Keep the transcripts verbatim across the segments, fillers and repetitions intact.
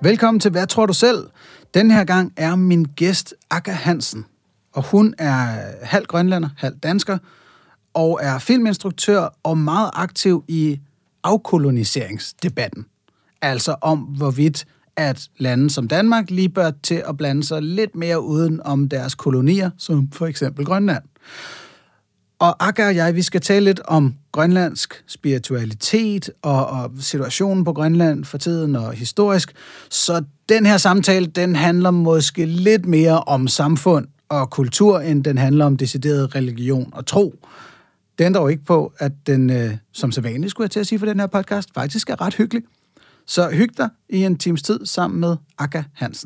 Velkommen til Hvad tror du selv? Den her gang er min gæst Akka Hansen, og hun er halv grønlænder, halv dansker, og er filminstruktør og meget aktiv i afkoloniseringsdebatten. Altså om, hvorvidt at lande som Danmark lige bør til at blande sig lidt mere uden om deres kolonier, som for eksempel Grønland. Og Akka og jeg, vi skal tale lidt om grønlandsk spiritualitet og, og situationen på Grønland for tiden og historisk. Så den her samtale, den handler måske lidt mere om samfund og kultur, end den handler om decideret religion og tro. Det ændrer jo ikke på, at den, øh, som sædvanligt skulle jeg til at sige for den her podcast, faktisk er ret hyggelig. Så hyg dig i en times tid sammen med Akka Hansen.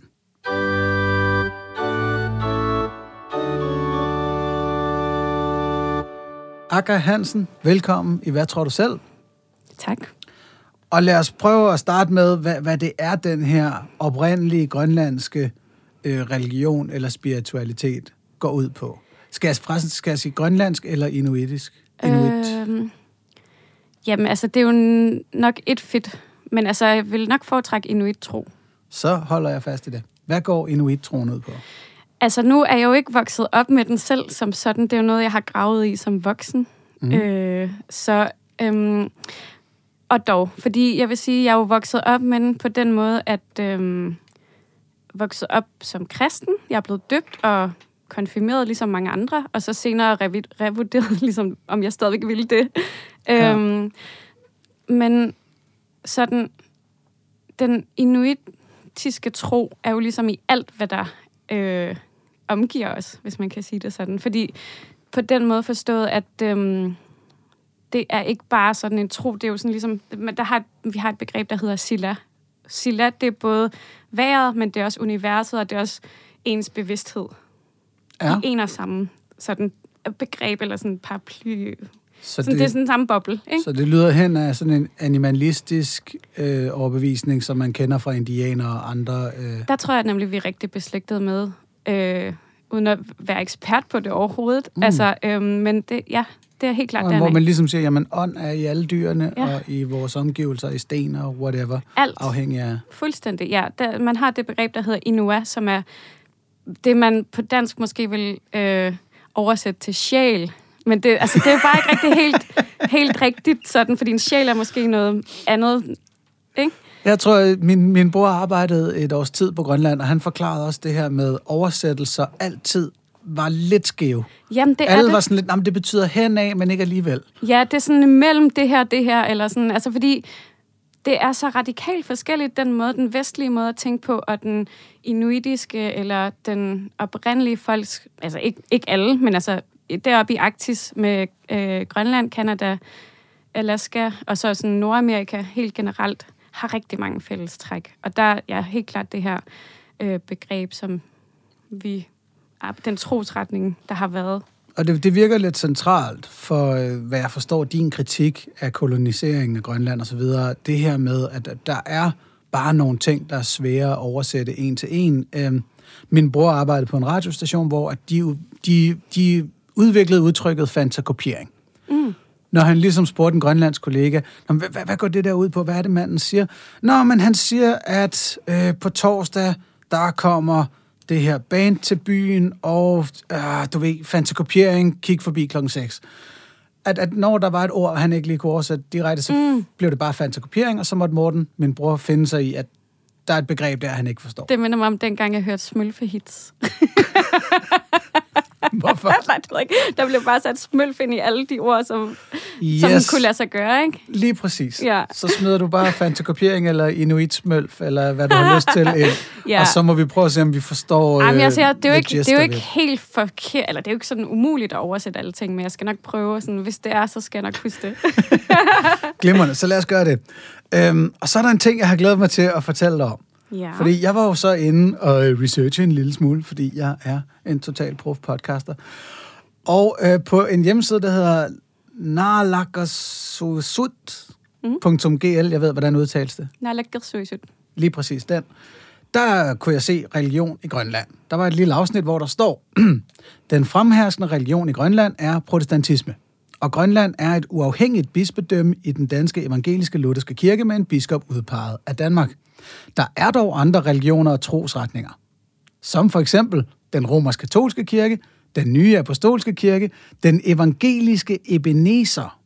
Akka Hansen, velkommen i Hvad tror du selv? Tak. Og lad os prøve at starte med, hvad, hvad det er, den her oprindelige grønlandske øh, religion eller spiritualitet går ud på. Skal jeg, forresten, skal jeg sige grønlandsk eller inuitisk? Inuit? Øhm, jamen, altså, det er jo nok et fedt, men altså, jeg vil nok foretrække inuit-tro. Så holder jeg fast i det. Hvad går inuit-troen ud på? Altså, nu er jeg jo ikke vokset op med den selv som sådan. Det er jo noget, jeg har gravet i som voksen. Mm. Øh, så, øhm, og dog, fordi jeg vil sige, jeg er jo vokset op med den på den måde, at øhm, vokset op som kristen. Jeg er blevet døbt og konfirmeret, ligesom mange andre, og så senere revi- revurderet, ligesom om jeg stadigvæk ville det. Ja. Øhm, men sådan, den inuitiske tro er jo ligesom i alt, hvad der øh, omgiver os, hvis man kan sige det sådan. Fordi på den måde forstået, at øhm, det er ikke bare sådan en tro, det er jo sådan ligesom, der har, vi har et begreb, der hedder Silla. Silla, det er både vejret, men det er også universet, og det er også ens bevidsthed. Ja. I en og samme sådan begreb, eller sådan en paraply. Så sådan, det, det er sådan en samme boble, ikke? Så det lyder hen af sådan en animalistisk øh, overbevisning, som man kender fra indianer og andre. Øh... Der tror jeg nemlig, vi er rigtig beslægtet med, øh, uden at være ekspert på det overhovedet. Mm. Altså, øh, men det, ja, det er helt klart og, hvor man ligesom siger, jamen ånd er i alle dyrene, ja. Og i vores omgivelser, i sten og whatever. Alt. Afhængig af... Fuldstændig, ja. Der, man har det begreb, der hedder Inua, som er det, man på dansk måske vil øh, oversætte til sjæl. Men det, altså, det er bare ikke rigtig helt, helt rigtigt sådan, fordi en sjæl er måske noget andet, ikke? Jeg tror, at min, min bror arbejdede et års tid på Grønland, og han forklarede også det her med oversættelser altid var lidt skæve. Jamen, det Alle er det. var sådan lidt, jamen, det betyder henad, men ikke alligevel. Ja, det er sådan imellem det her og det her, eller sådan, altså fordi det er så radikalt forskelligt, den måde, den vestlige måde at tænke på, og den inuitiske, eller den oprindelige folks, altså ikke, ikke alle, men altså deroppe i Arktis med øh, Grønland, Canada, Alaska, og så sådan Nordamerika helt generelt, har rigtig mange fællestræk. Og der er ja, helt klart det her øh, begreb, som vi, den trosretning, der har været. Og det, det virker lidt centralt for, øh, hvad jeg forstår, din kritik af koloniseringen af Grønland og så videre. Det her med, at der er bare nogle ting, der er svære at oversætte en til en. Øh, min bror arbejdede på en radiostation, hvor de, de, de udviklede udtrykket fantakopiering. Mm. Når han ligesom spurgte en grønlandsk kollega, hvad, hvad går det der ud på? Hvad er det, manden siger? Nå, men han siger, at øh, på torsdag, der kommer det her band til byen, og øh, du ved, fantakopiering, kig forbi klokken seks. At, at når der var et ord, han ikke lige kunne oversætte direkte, så mm. blev det bare fantakopiering, og så måtte Morten, min bror, finde sig i, at der er et begreb der, han ikke forstår. Det minder mig om dengang, jeg hørte smølfehits. Hvorfor? Nej, det ved ikke. Der blev bare sat smølf ind i alle de ord, som, yes. som kunne lade sig gøre, ikke? Lige præcis. Ja. Så smider du bare fantakopiering eller inuit-smølf, eller hvad du har lyst til ind. Ja. Og så må vi prøve at se, om vi forstår Jamen, jeg siger, det er jo ikke, det er jo ikke det. helt forkert, eller det er jo ikke sådan umuligt at oversætte alle ting, men jeg skal nok prøve, sådan, hvis det er, så skal jeg nok huske det. Glimrende, så lad os gøre det. Øhm, og så er der en ting, jeg har glædet mig til at fortælle dig om. Ja. Fordi jeg var jo så inde og researche en lille smule, fordi jeg er en total prof podcaster. Og øh, på en hjemmeside, der hedder naalakkersuisut punktum g l, jeg ved, hvordan udtales det. Naalakkersuisut. Lige præcis den. Der kunne jeg se religion i Grønland. Der var et lille afsnit, hvor der står, den fremherskende religion i Grønland er protestantisme. Og Grønland er et uafhængigt bispedømme i den danske evangeliske lutherske kirke med en biskop udpeget af Danmark. Der er dog andre religioner og trosretninger, som for eksempel den romersk-katolske kirke, den nye apostolske kirke, den evangeliske Ebenezer,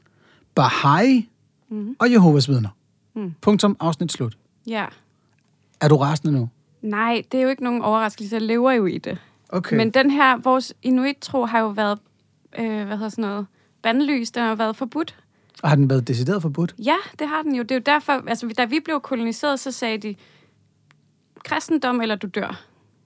Baha'i mm. og Jehovas vidner. Mm. Punktum, afsnit slut. Ja. Er du rasende nu? Nej, det er jo ikke nogen overraskelse. Jeg lever jo i det. Okay. Men den her, vores inuit-tro har jo været, øh, hvad hedder sådan noget, bandlyst. Den har været forbudt. Og har den været decideret forbudt? Ja, det har den jo. Det er jo derfor, altså da vi blev koloniseret, så sagde de, kristendom eller du dør.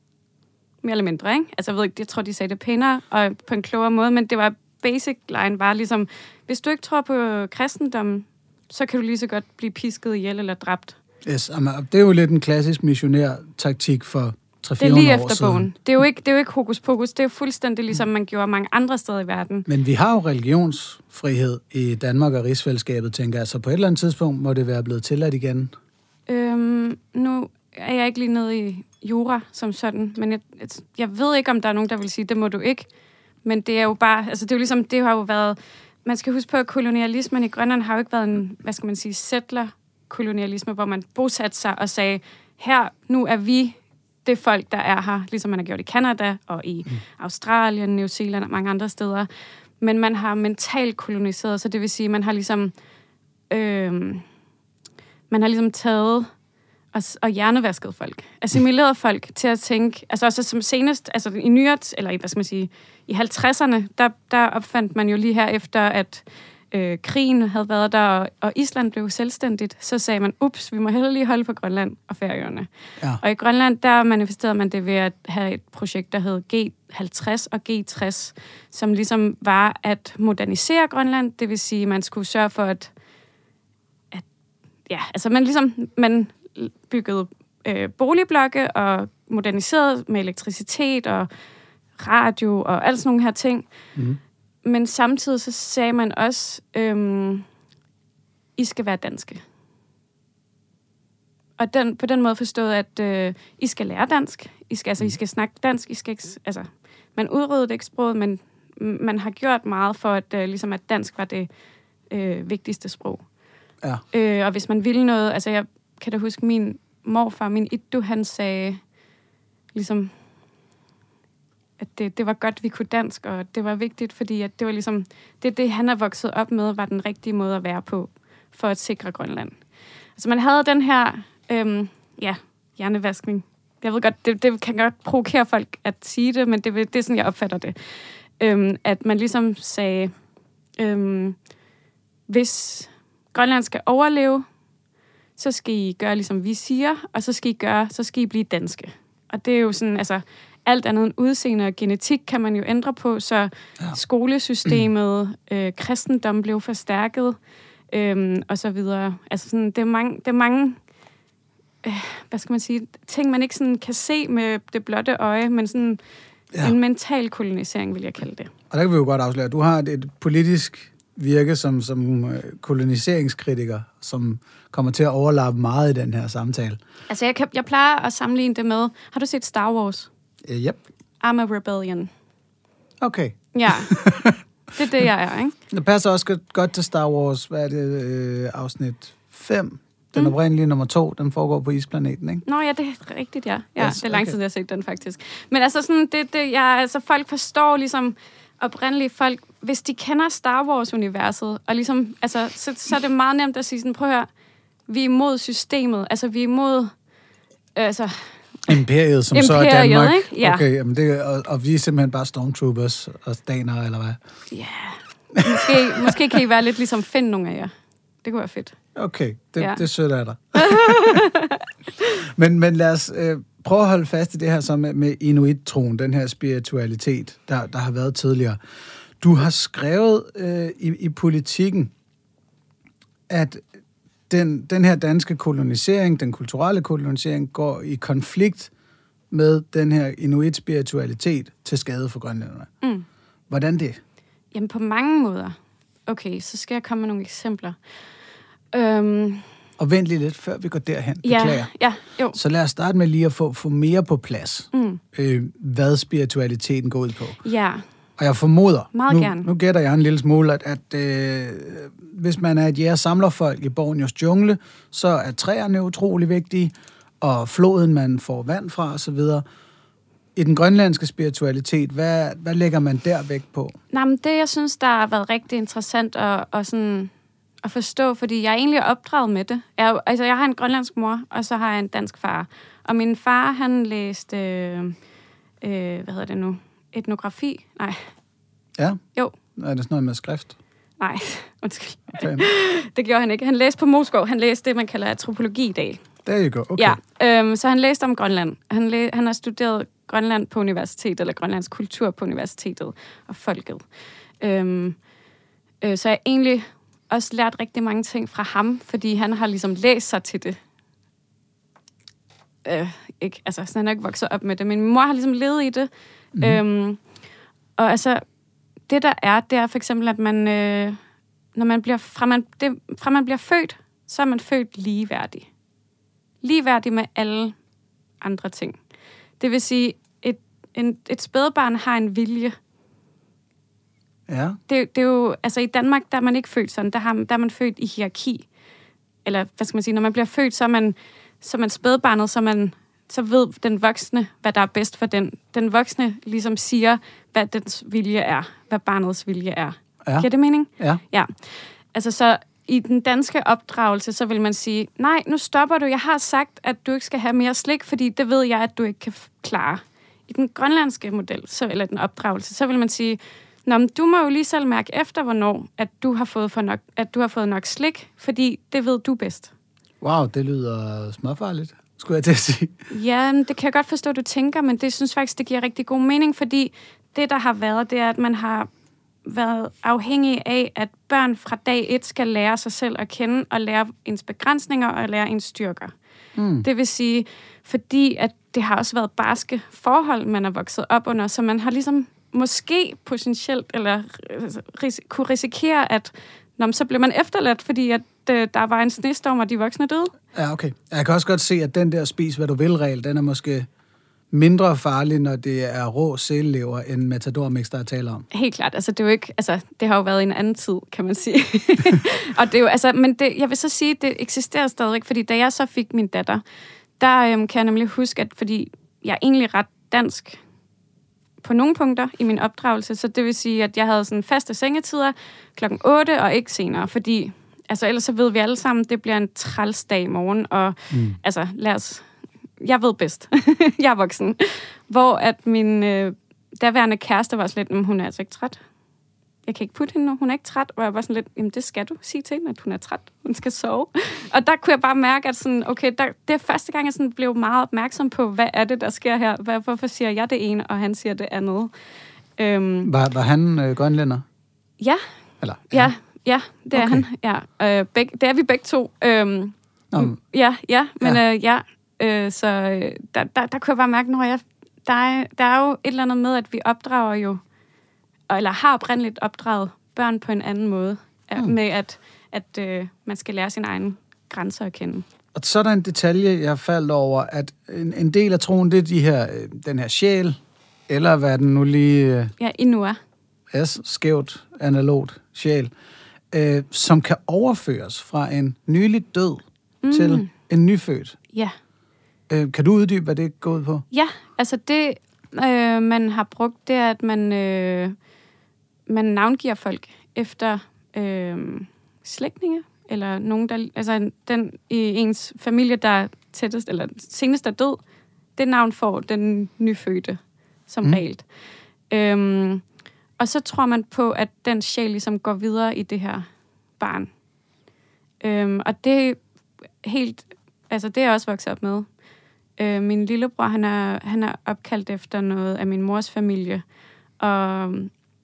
Mere eller mindre, ikke? Altså jeg ved ikke, jeg tror, de sagde det pænere og på en klogere måde, men det var basic line, var ligesom, hvis du ikke tror på kristendom, så kan du lige så godt blive pisket ihjel eller dræbt. Yes, det er jo lidt en klassisk missionær-taktik for tre fire år siden. Det er lige efter bogen. Det er jo ikke, det er jo ikke hokus pokus, det er jo fuldstændig ligesom man gjorde mange andre steder i verden. Men vi har jo religionsfrihed i Danmark og rigsfællesskabet, tænker jeg, så på et eller andet tidspunkt må det være blevet tilladt igen. Øhm, nu er jeg ikke lige nede i jura som sådan, men jeg, jeg ved ikke, om der er nogen, der vil sige, det må du ikke. Men det er jo bare, altså det er jo ligesom, det har jo været, man skal huske på, at kolonialismen i Grønland har jo ikke været en, hvad skal man sige, settler-kolonialisme, hvor man bosatte sig og sagde, her, nu er vi det folk, der er her, ligesom man har gjort i Canada og i mm. Australien, New Zealand og mange andre steder. Men man har mentalt koloniseret, så det vil sige, man har ligesom, øh, man har ligesom taget og, og hjernevasket folk, assimileret folk til at tænke, altså også som senest, altså i nyere, eller i, hvad skal man sige, i halvtredserne, der, der opfandt man jo lige her efter, at øh, krigen havde været der, og, og Island blev selvstændigt, så sagde man, ups, vi må heller lige holde på Grønland og Færøerne. Ja. Og i Grønland, der manifesterede man det ved at have et projekt, der hed G halvtreds og G tres, som ligesom var at modernisere Grønland, det vil sige, man skulle sørge for, at, at ja, altså man ligesom, man byggede øh, boligblokke og moderniseret med elektricitet og radio og alle sådan nogle her ting. Mm. Men samtidig så sagde man også, øhm, I skal være danske. Og den, på den måde forstået, at øh, I skal lære dansk. I skal, altså, I skal snakke dansk. I skal ikke, altså, man udryddede ikke sproget, men man har gjort meget for, at, øh, ligesom at dansk var det øh, vigtigste sprog. Ja. Øh, og hvis man ville noget, altså jeg kan da huske, min morfar, min iddu, han sagde ligesom, at det, det var godt, vi kunne dansk, og det var vigtigt, fordi at det var ligesom, det, det han er vokset op med, var den rigtige måde at være på, for at sikre Grønland. Altså man havde den her, øhm, ja, hjernevaskning. Jeg ved godt, det, det kan godt provokere folk at sige det, men det, det er sådan, jeg opfatter det. Øhm, at man ligesom sagde, øhm, hvis Grønland skal overleve, så skal I gøre, ligesom vi siger, og så skal I gøre, så skal I blive danske. Og det er jo sådan, altså, alt andet end udseende og genetik kan man jo ændre på, så ja. skolesystemet, øh, kristendom blev forstærket, øh, og så videre. Altså sådan, det er mange, det er mange øh, hvad skal man sige, ting, man ikke sådan kan se med det blotte øje, men sådan ja. en mental kolonisering, vil jeg kalde det. Og der kan vi jo godt afsløre, du har et, et politisk virke som, som koloniseringskritiker, som kommer til at overlappe meget i den her samtale. Altså, jeg, kan, jeg plejer at sammenligne det med, har du set Star Wars? Uh, yep. I'm a rebellion. Okay. Ja, det er det, jeg er, ikke? Det passer også godt til Star Wars, hvad er det, øh, afsnit fem? Den mm. oprindelige nummer to, den foregår på isplaneten, ikke? Nå ja, det er rigtigt, ja. Ja, yes, det er lang tid, okay. jeg har set den, faktisk. Men altså, sådan, det, det, jeg, altså folk forstår ligesom, oprindelige folk, hvis de kender Star Wars-universet, og ligesom, altså, så, så er det meget nemt at sige sådan, prøv at høre, vi er imod systemet, altså vi er imod, altså... Imperiet, som Imperiet, så er Danmark. Ikke? Ja. Okay, jamen det, og, og vi er simpelthen bare stormtroopers og stanere, eller hvad? Ja, yeah. måske, måske kan I være lidt ligesom Finn, nogle af jer. Det kunne være fedt. Okay, det, ja. det sødt af dig. men, men lad os øh, prøve at holde fast i det her så med, med inuit-troen, den her spiritualitet, der, der har været tidligere. Du har skrevet øh, i, i Politikken, at den, den her danske kolonisering, den kulturelle kolonisering, går i konflikt med den her inuit-spiritualitet til skade for grønlænderne. Mm. Hvordan det? Jamen på mange måder. Okay, så skal jeg komme med nogle eksempler. Øhm... Og vent lige lidt, før vi går derhen. Beklager. Ja, ja, jo. Så lad os starte med lige at få, få mere på plads, mm. øh, hvad spiritualiteten går ud på. Ja. Og jeg formoder, Meget nu, gerne. nu gætter jeg en lille smule, at, at øh, hvis man er et jæger-samlerfolk i Borneos jungle, så er træerne utrolig vigtige, og floden, man får vand fra osv. I den grønlandske spiritualitet, hvad, hvad lægger man der vægt på? Nej, men det, jeg synes, der har været rigtig interessant at, at, sådan, at forstå, fordi jeg er egentlig opdraget med det. Jeg, altså, jeg har en grønlandsk mor, og så har jeg en dansk far. Og min far, han læste, øh, øh, hvad hedder det nu, etnografi? Nej. Ja? Jo. Er det sådan noget med skrift? Nej, undskyld. Okay. Det gjorde han ikke. Han læste på Moskov. Han læste det, man kalder antropologi i dag. Der you go. Okay. Ja, øhm, så han læste om Grønland. Han, læ- han har studeret Grønland på universitetet, eller Grønlands kultur på universitetet, og folket. Øhm, øh, så jeg har egentlig også lært rigtig mange ting fra ham, fordi han har ligesom læst sig til det. Øh, ikke, altså, så han er ikke vokset op med det, men min mor har ligesom levet i det. Mm. Øhm, og altså, det der er, det er for eksempel, at man, øh, når man bliver, fra man, det, fra man bliver født, så er man født ligeværdig. Ligeværdig med alle andre ting. Det vil sige, et, en, et spædbarn har en vilje. Ja. Det, det er jo, altså i Danmark, der er man ikke født sådan, der, har, der er man født i hierarki. Eller, hvad skal man sige, når man bliver født, så er man, så er man spædbarnet, så, man, så ved den voksne, hvad der er bedst for den. Den voksne ligesom siger, hvad dens vilje er, hvad barnets vilje er. Ja. Giver det mening? Ja. Ja. Altså så i den danske opdragelse, så vil man sige, nej, nu stopper du. Jeg har sagt, at du ikke skal have mere slik, fordi det ved jeg, at du ikke kan klare. I den grønlandske model, så, eller den opdragelse, så vil man sige, nå, men du må jo lige selv mærke efter, hvornår at du har fået, for nok, at du har fået nok slik, fordi det ved du bedst. Wow, det lyder småfarligt, skulle jeg til at sige. Ja, det kan jeg godt forstå, du tænker, men det synes faktisk, det giver rigtig god mening, fordi det, der har været, det er, at man har været afhængig af, at børn fra dag et skal lære sig selv at kende, og lære ens begrænsninger og lære ens styrker. Mm. Det vil sige, fordi at det har også været barske forhold, man er vokset op under, så man har ligesom måske potentielt, eller ris- kunne risikere, at nå, så bliver man efterladt, fordi at øh, der var en snestorm, og de voksne døde. Ja, okay. Jeg kan også godt se, at den der spis, hvad du vil-regel, den er måske mindre farlig, når det er rå sællever, end matadormix, der er tale om. Helt klart. Altså, det er jo ikke, altså, det har jo været en anden tid, kan man sige. Og det er jo, altså, men det, jeg vil så sige, det eksisterer stadig, fordi da jeg så fik min datter, der øhm, kan jeg nemlig huske, at fordi jeg er egentlig ret dansk på nogle punkter i min opdragelse, så det vil sige, at jeg havde sådan faste sengetider klokken otte og ikke senere, fordi altså, ellers så ved vi alle sammen, det bliver en trælsdag i morgen, og mm. altså, lad os jeg ved bedst. Jeg er voksen. Hvor at min øh, daværende kæreste var sådan lidt, hun er altså ikke træt. Jeg kan ikke putte hende nu, hun er ikke træt. Og jeg var sådan lidt, jamen det skal du sige til hende, at hun er træt. Hun skal sove. Og der kunne jeg bare mærke, at sådan, okay, der, det er første gang, jeg sådan blev meget opmærksom på, hvad er det, der sker her? Hvad, hvorfor siger jeg det ene, og han siger det andet? Øhm, var, var han øh, grønlænder? Ja. Eller, ja. ja, ja, det er okay. han. Ja, øh, begge, det er vi begge to. Øhm, um, ja, ja, men ja. Øh, ja. Øh, så øh, der, der, der kunne jeg bare mærke, når jeg, der, er, der er jo et eller andet med, at vi opdrager jo, eller har oprindeligt opdraget børn på en anden måde, mm. med at, at øh, man skal lære sine egne grænser at kende. Og så er der en detalje, jeg faldt over, at en, en del af troen, det er de her, øh, den her sjæl, eller hvad den nu lige... Øh, ja, Inua. Yes, skævt, analogt sjæl, øh, som kan overføres fra en nylig død mm. til en nyfødt. Ja. Kan du uddybe, hvad det går ud på? Ja, altså det, øh, man har brugt, det er, at man, øh, man navngiver folk efter øh, slægtninge, eller nogen, der... Altså den i ens familie, der er tættest, eller senest er død, det navn får den nyfødte, som mm. regel. Øhm, og så tror man på, at den sjæl ligesom går videre i det her barn. Øhm, og det er helt... Altså, det er jeg også vokset op med. Øh, min lillebror, han er, han er opkaldt efter noget af min mors familie. Og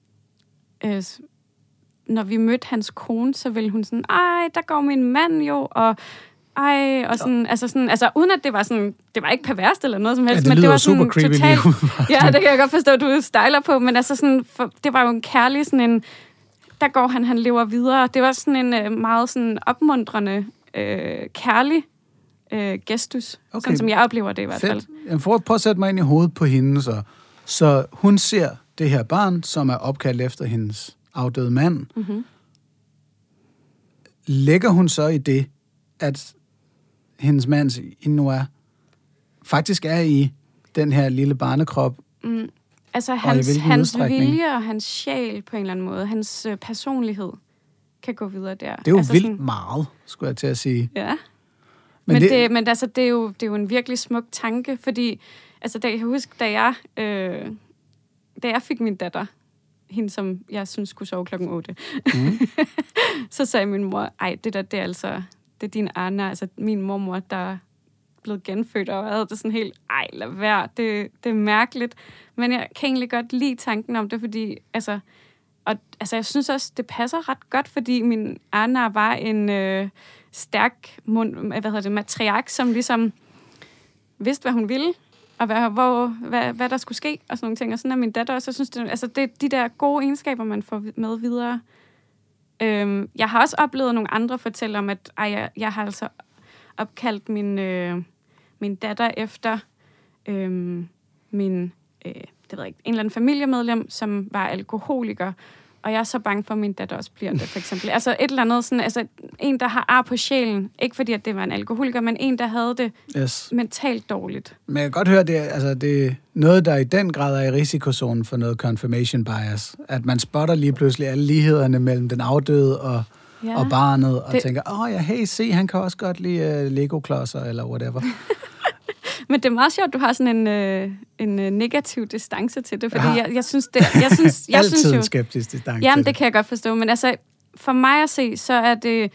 øh, når vi mødte hans kone, så ville hun sådan, ej, der går min mand jo, og ej, og sådan, ja. altså sådan, altså uden at det var sådan, det var ikke perverst eller noget som helst, ja, det men det var sådan super creepy totalt, ja, det kan jeg godt forstå, at du stejler på, men altså sådan, for, det var jo en kærlig sådan en, der går han, han lever videre. Det var sådan en øh, meget sådan opmuntrende, øh, kærlig øh, gestus, okay. Sådan som jeg oplever det i hvert fald. Jeg får prøve at sætte mig ind i hovedet på hende, så, så hun ser det her barn, som er opkaldt efter hendes afdøde mand. Mm-hmm. Lægger hun så i det, at hendes mands Inua faktisk er i den her lille barnekrop? Mm. Altså hans, hans vilje og hans sjæl på en eller anden måde, hans øh, personlighed kan gå videre der. Det er jo altså vildt sådan, meget, skulle jeg til at sige. Ja. Men, men, det, det, men altså, det, er jo, det er jo en virkelig smuk tanke, fordi altså, da jeg husker, da jeg, øh, da jeg fik min datter, hende som jeg synes skulle sove klokken otte, mm. så sagde min mor, ej, det der, det er altså, det er din Anna, altså min mormor, der er blevet genfødt, og jeg havde det sådan helt, ej, lad være, det, det er mærkeligt. Men jeg kan egentlig godt lide tanken om det, fordi, altså, og, altså jeg synes også, det passer ret godt, fordi min Anna var en øh, stærk mund, hvad hedder det, matriark, som ligesom vidste, hvad hun ville, og hvad, hvor, hvad, hvad der skulle ske, og sådan nogle ting. Og sådan er min datter også. Jeg synes, det, altså det er de der gode egenskaber, man får med videre. Øhm, jeg har også oplevet nogle andre fortælle om, at ej, jeg, jeg har altså opkaldt min, øh, min datter efter øh, min, øh, det ved jeg ikke, en eller anden familiemedlem, som var alkoholiker, og jeg er så bange for, at min datter også bliver det, for eksempel. Altså et eller andet sådan, altså en, der har ar på sjælen, ikke fordi, at det var en alkoholiker, men en, der havde det yes. mentalt dårligt. Men jeg kan godt høre, det er, altså, det er noget, der i den grad er i risikozonen for noget confirmation bias. At man spotter lige pludselig alle lighederne mellem den afdøde og, ja, og barnet, og det... tænker, åh oh, ja, hey, se, han kan også godt lide uh, Lego-klodser, eller whatever. Men det er meget sjovt, at du har sådan en, øh, en øh, negativ distance til det, fordi ja. jeg, jeg synes... Det, jeg synes, jeg Altid synes jo, en skeptisk distance. Jamen, det kan jeg godt forstå, men altså, for mig at se, så er det...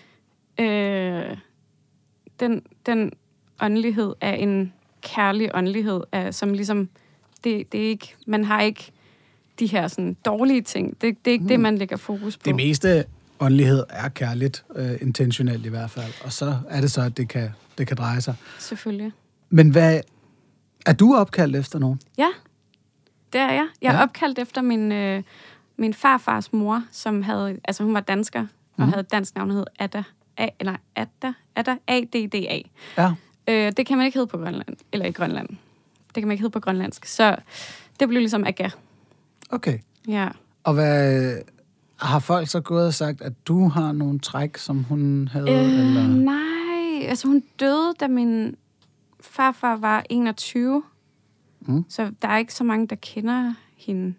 Øh, den, den åndelighed er en kærlig åndelighed, af, som ligesom... Det, det er ikke... Man har ikke de her sådan dårlige ting. Det, det er ikke mm. det, man lægger fokus på. Det meste åndelighed er kærligt, øh, intentionelt i hvert fald. Og så er det så, at det kan, det kan dreje sig. Selvfølgelig. Men hvad... Er du opkaldt efter nogen? Ja, det er jeg. Jeg er ja. opkaldt efter min, øh, min farfars mor, som havde... Altså, hun var dansker, og mm. havde et dansk navn, der hed Ada. A, eller Ada, Ada, A D D A. Ja. Øh, det kan man ikke hedde på Grønland. Eller i Grønland. Det kan man ikke hedde på grønlandsk. Så det blev ligesom Aga. Okay. Ja. Og hvad... Har folk så gået og sagt, at du har nogle træk, som hun havde? Øh, eller? Nej, altså hun døde, da min farfar var enogtyve. Mm. Så der er ikke så mange, der kender hende.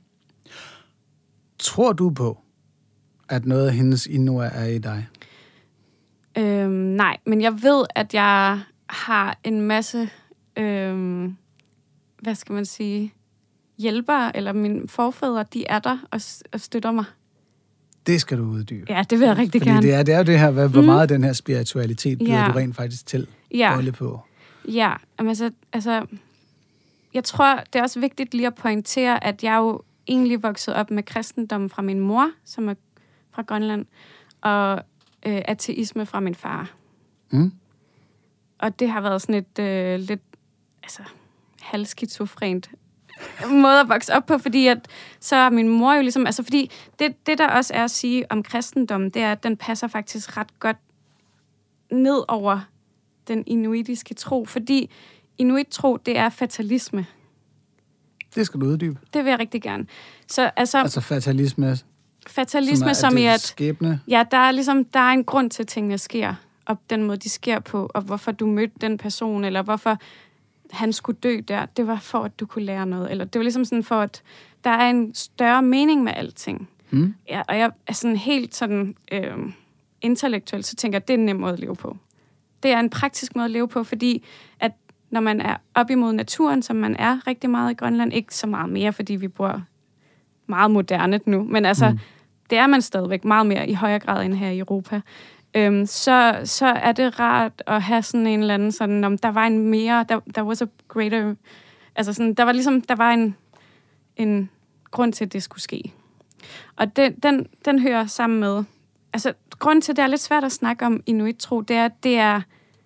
Tror du på, at noget af hendes Inua er i dig? Øhm, nej, men jeg ved, at jeg har en masse, øhm, hvad skal man sige, hjælpere, eller mine forfædre, de er der og, og støtter mig. Det skal du uddybe. Ja, det vil jeg rigtig Fordi gerne. det er, det er jo det her, hvor mm. meget den her spiritualitet bliver ja. du rent faktisk til ja. holde på. Ja, altså, altså, jeg tror, det er også vigtigt lige at pointere, at jeg jo egentlig voksede op med kristendommen fra min mor, som er fra Grønland, og øh, ateisme fra min far. Mm. Og det har været sådan et øh, lidt, altså, halvskizofrent måde at vokse op på, fordi at, så er min mor jo ligesom, altså fordi det, det der også er at sige om kristendommen, det er, at den passer faktisk ret godt ned over den inuitiske tro, fordi inuit-tro, det er fatalisme. Det skal du uddybe. Det vil jeg rigtig gerne. Så, altså, altså fatalisme? Fatalisme, som, er, som i at... Skæbne? Ja, der er ligesom, der er en grund til, at tingene sker, og den måde, de sker på, og hvorfor du mødte den person, eller hvorfor han skulle dø der, det var for, at du kunne lære noget. Eller det var ligesom sådan for, at der er en større mening med alting. Mm. Ja, og jeg er sådan helt sådan øh, intellektuelt, så tænker jeg, det er en nem måde at leve på. Det er en praktisk måde at leve på, fordi at når man er op imod naturen, som man er rigtig meget i Grønland, ikke så meget mere, fordi vi bor meget moderne nu, men altså, mm. det er man stadigvæk meget mere i højere grad end her i Europa. Øhm, så, så er det rart at have sådan en eller anden sådan, om der var en mere, der, der was a greater, altså sådan, der var ligesom, der var en, en grund til, at det skulle ske. Og den, den, den hører sammen med, altså, grunden til, at det er lidt svært at snakke om inuit-tro, det er, det er,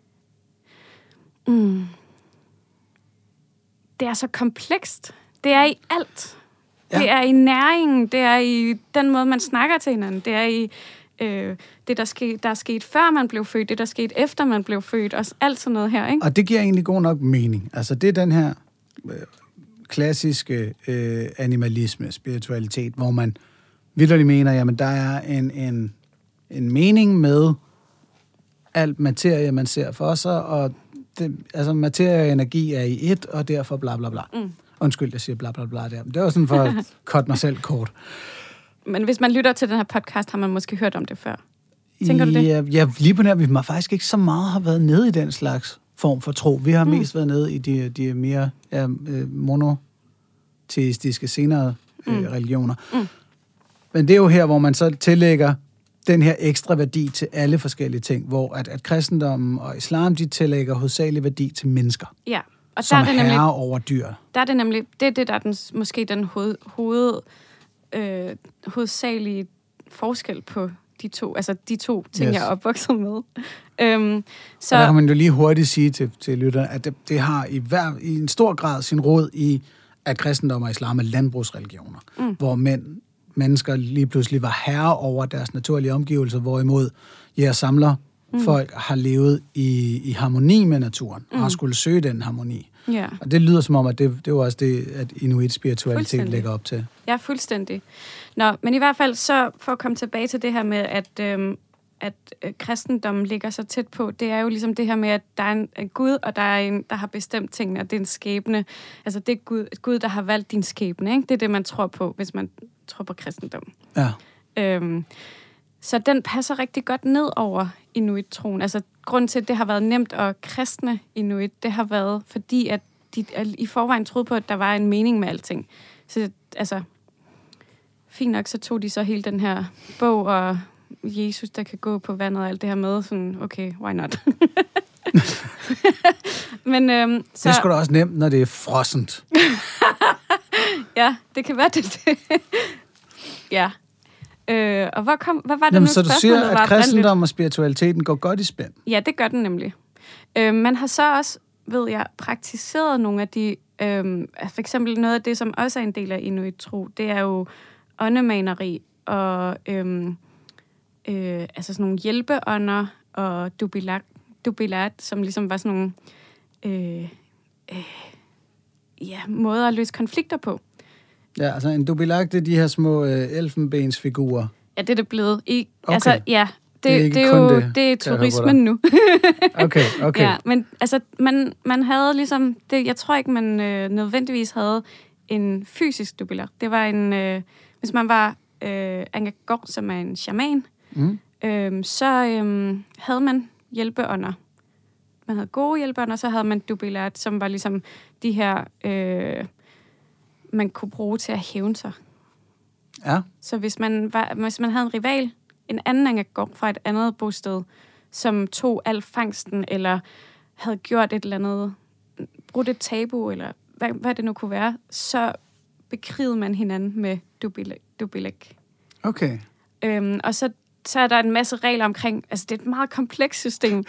mm, det er så komplekst. Det er i alt. Ja. Det er i næringen, det er i den måde, man snakker til hinanden, det er i øh, det, der, ske, der er sket før man blev født, det, der skete efter man blev født, og alt sådan noget her, ikke? Og det giver egentlig god nok mening. Altså, det er den her øh, klassiske øh, animalisme, spiritualitet, hvor man vitterligt mener, jamen der er en, en, en mening med alt materie, man ser for sig, og det, altså materie og energi er i et, og derfor bla bla bla. Mm. Undskyld, jeg siger bla bla bla der. Det var sådan for at cutte mig selv kort. Men hvis man lytter til den her podcast, har man måske hørt om det før. Tænker du det? Ja, ja, lige på nær, vi har faktisk ikke så meget har været nede i den slags form for tro. Vi har mm. mest været nede i de, de mere ja, monoteistiske senere mm. øh, religioner. Mm. Men det er jo her, hvor man så tillægger den her ekstra værdi til alle forskellige ting, hvor at, at kristendommen og islam, de tillægger hovedsagelig værdi til mennesker. Ja. Og som der er det nemlig, herre over dyr. Der er det nemlig, det er det, der er den, måske den hoved, hoved, øh, hovedsagelige forskel på de to, altså de to ting, yes. jeg er opvokset med. Øhm, så og der kan man jo lige hurtigt sige til, til lytterne, at det, det har i, hver, i en stor grad sin rod i, at kristendom og islam er landbrugsreligioner, mm. hvor mænd, mennesker lige pludselig var herre over deres naturlige omgivelser, hvorimod jæger samler mm. folk har levet i, i harmoni med naturen, mm. og har skulle søge den harmoni. Yeah. Og det lyder som om, at det, det var også det, at inuit spiritualitet lægger op til. Ja, fuldstændig. Nå, men i hvert fald så, for at komme tilbage til det her med, at, øhm, at øh, kristendommen ligger så tæt på, det er jo ligesom det her med, at der er en, en Gud, og der er en, der har bestemt tingene, og det er en skæbne. Altså det er Gud, Gud, der har valgt din skæbne, ikke? Det er det, man tror på, hvis man tror på kristendommen. Ja. Øhm, så den passer rigtig godt ned over inuit-troen. Altså, grunden til, at det har været nemt at kristne inuit, det har været, fordi at de i forvejen troede på, at der var en mening med alting. Så, altså, fint nok, så tog de så hele den her bog, og Jesus, der kan gå på vandet og alt det her med. Sådan, okay, why not? Men, øhm, så... Det er sgu da også nemt, når det er frossent. Ja, det kan være det. Ja. Øh, og hvor kom, hvad var det Jamen, nu, så du siger, at kristendom og spiritualiteten går godt i spænd? Ja, det gør den nemlig. Øh, man har så også, ved jeg, praktiseret nogle af de... Øh, for eksempel noget af det, som også er en del af inuit-tro, det er jo åndemaneri og øh, øh, altså sådan nogle hjælpeånder og dubilat, dubilat, som ligesom var sådan nogle øh, øh, ja, måder at løse konflikter på. Ja, altså en dubilat, det er de her små øh, elfenbensfigurer. Ja, det er det blevet. I, okay. Altså, ja, det, det er, det er jo det, det er turismen nu. okay, okay. Ja, men altså, man, man havde ligesom, det, jeg tror ikke, man øh, nødvendigvis havde en fysisk dubilat. Det var en, øh, hvis man var øh, angakor, som er en shaman, mm. øh, så øh, havde man hjælpeånder. Man havde gode hjælpeånder, så havde man dubilat, som var ligesom de her... Øh, man kunne bruge til at hævne sig. Ja. Så hvis man, var, hvis man havde en rival, en anden angakor fra et andet bosted, som tog al fangsten, eller havde gjort et eller andet, brudt et tabu, eller hvad, hvad det nu kunne være, så bekrigede man hinanden med dubilek. Okay. Øhm, og så, så er der en masse regler omkring, altså det er et meget komplekst system.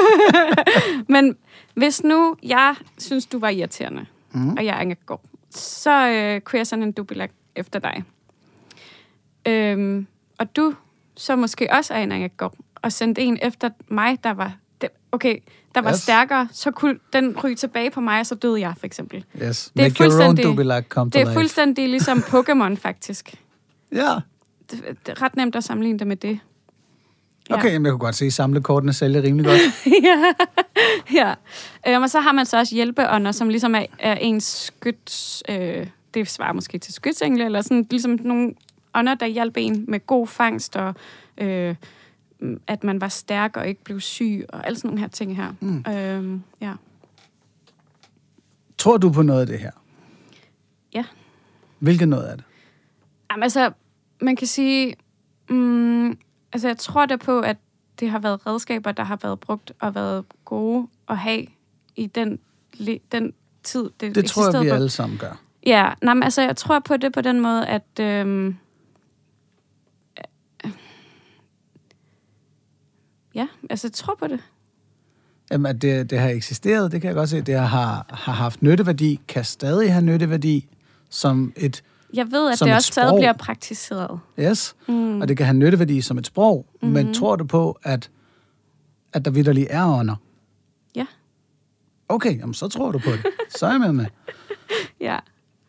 Men hvis nu jeg synes, du var irriterende, mm. og jeg er angakor, så øh, kunne jeg sådan en dubilat efter dig. Øhm, og du så måske også er en angakor, og sendte en efter mig, der var, okay, der var yes. stærkere, så kunne den ryge tilbage på mig, og så døde jeg, for eksempel. Yes. Det er Make your own dubilat come to Det er life. fuldstændig ligesom Pokémon, faktisk. Ja. Det, det er ret nemt at sammenligne det med det. Ja. Okay, jamen jeg kunne godt se, at samlekortene sælger rimelig godt. ja. ja. Øhm, og så har man så også hjælpeånder, som ligesom er, er ens skyt... Øh, det svarer måske til skytsengle, eller sådan ligesom nogle ånder, der hjælper en med god fangst, og øh, at man var stærk og ikke blev syg, og alle sådan nogle her ting her. Mm. Øhm, ja. Tror du på noget af det her? Ja. Hvilket noget af det? Jamen altså, man kan sige... Mm, altså, jeg tror da på, at det har været redskaber, der har været brugt og været gode at have i den, den tid, det Det tror jeg, vi på. alle sammen gør. Ja, nej, men altså, jeg tror på det på den måde, at... Øhm, øh, ja, altså, jeg tror på det. Jamen, at det, det har eksisteret, det kan jeg godt se. Det har, har haft nytteværdi, kan stadig have nytteværdi som et Jeg ved, at det også stadig bliver praktiseret. Yes, mm. og det kan have nytteværdi som et sprog, mm-hmm. men tror du på, at, at der vitterligt er ånder? Ja. Okay, jamen, så tror du på det. Så er jeg med med. Ja.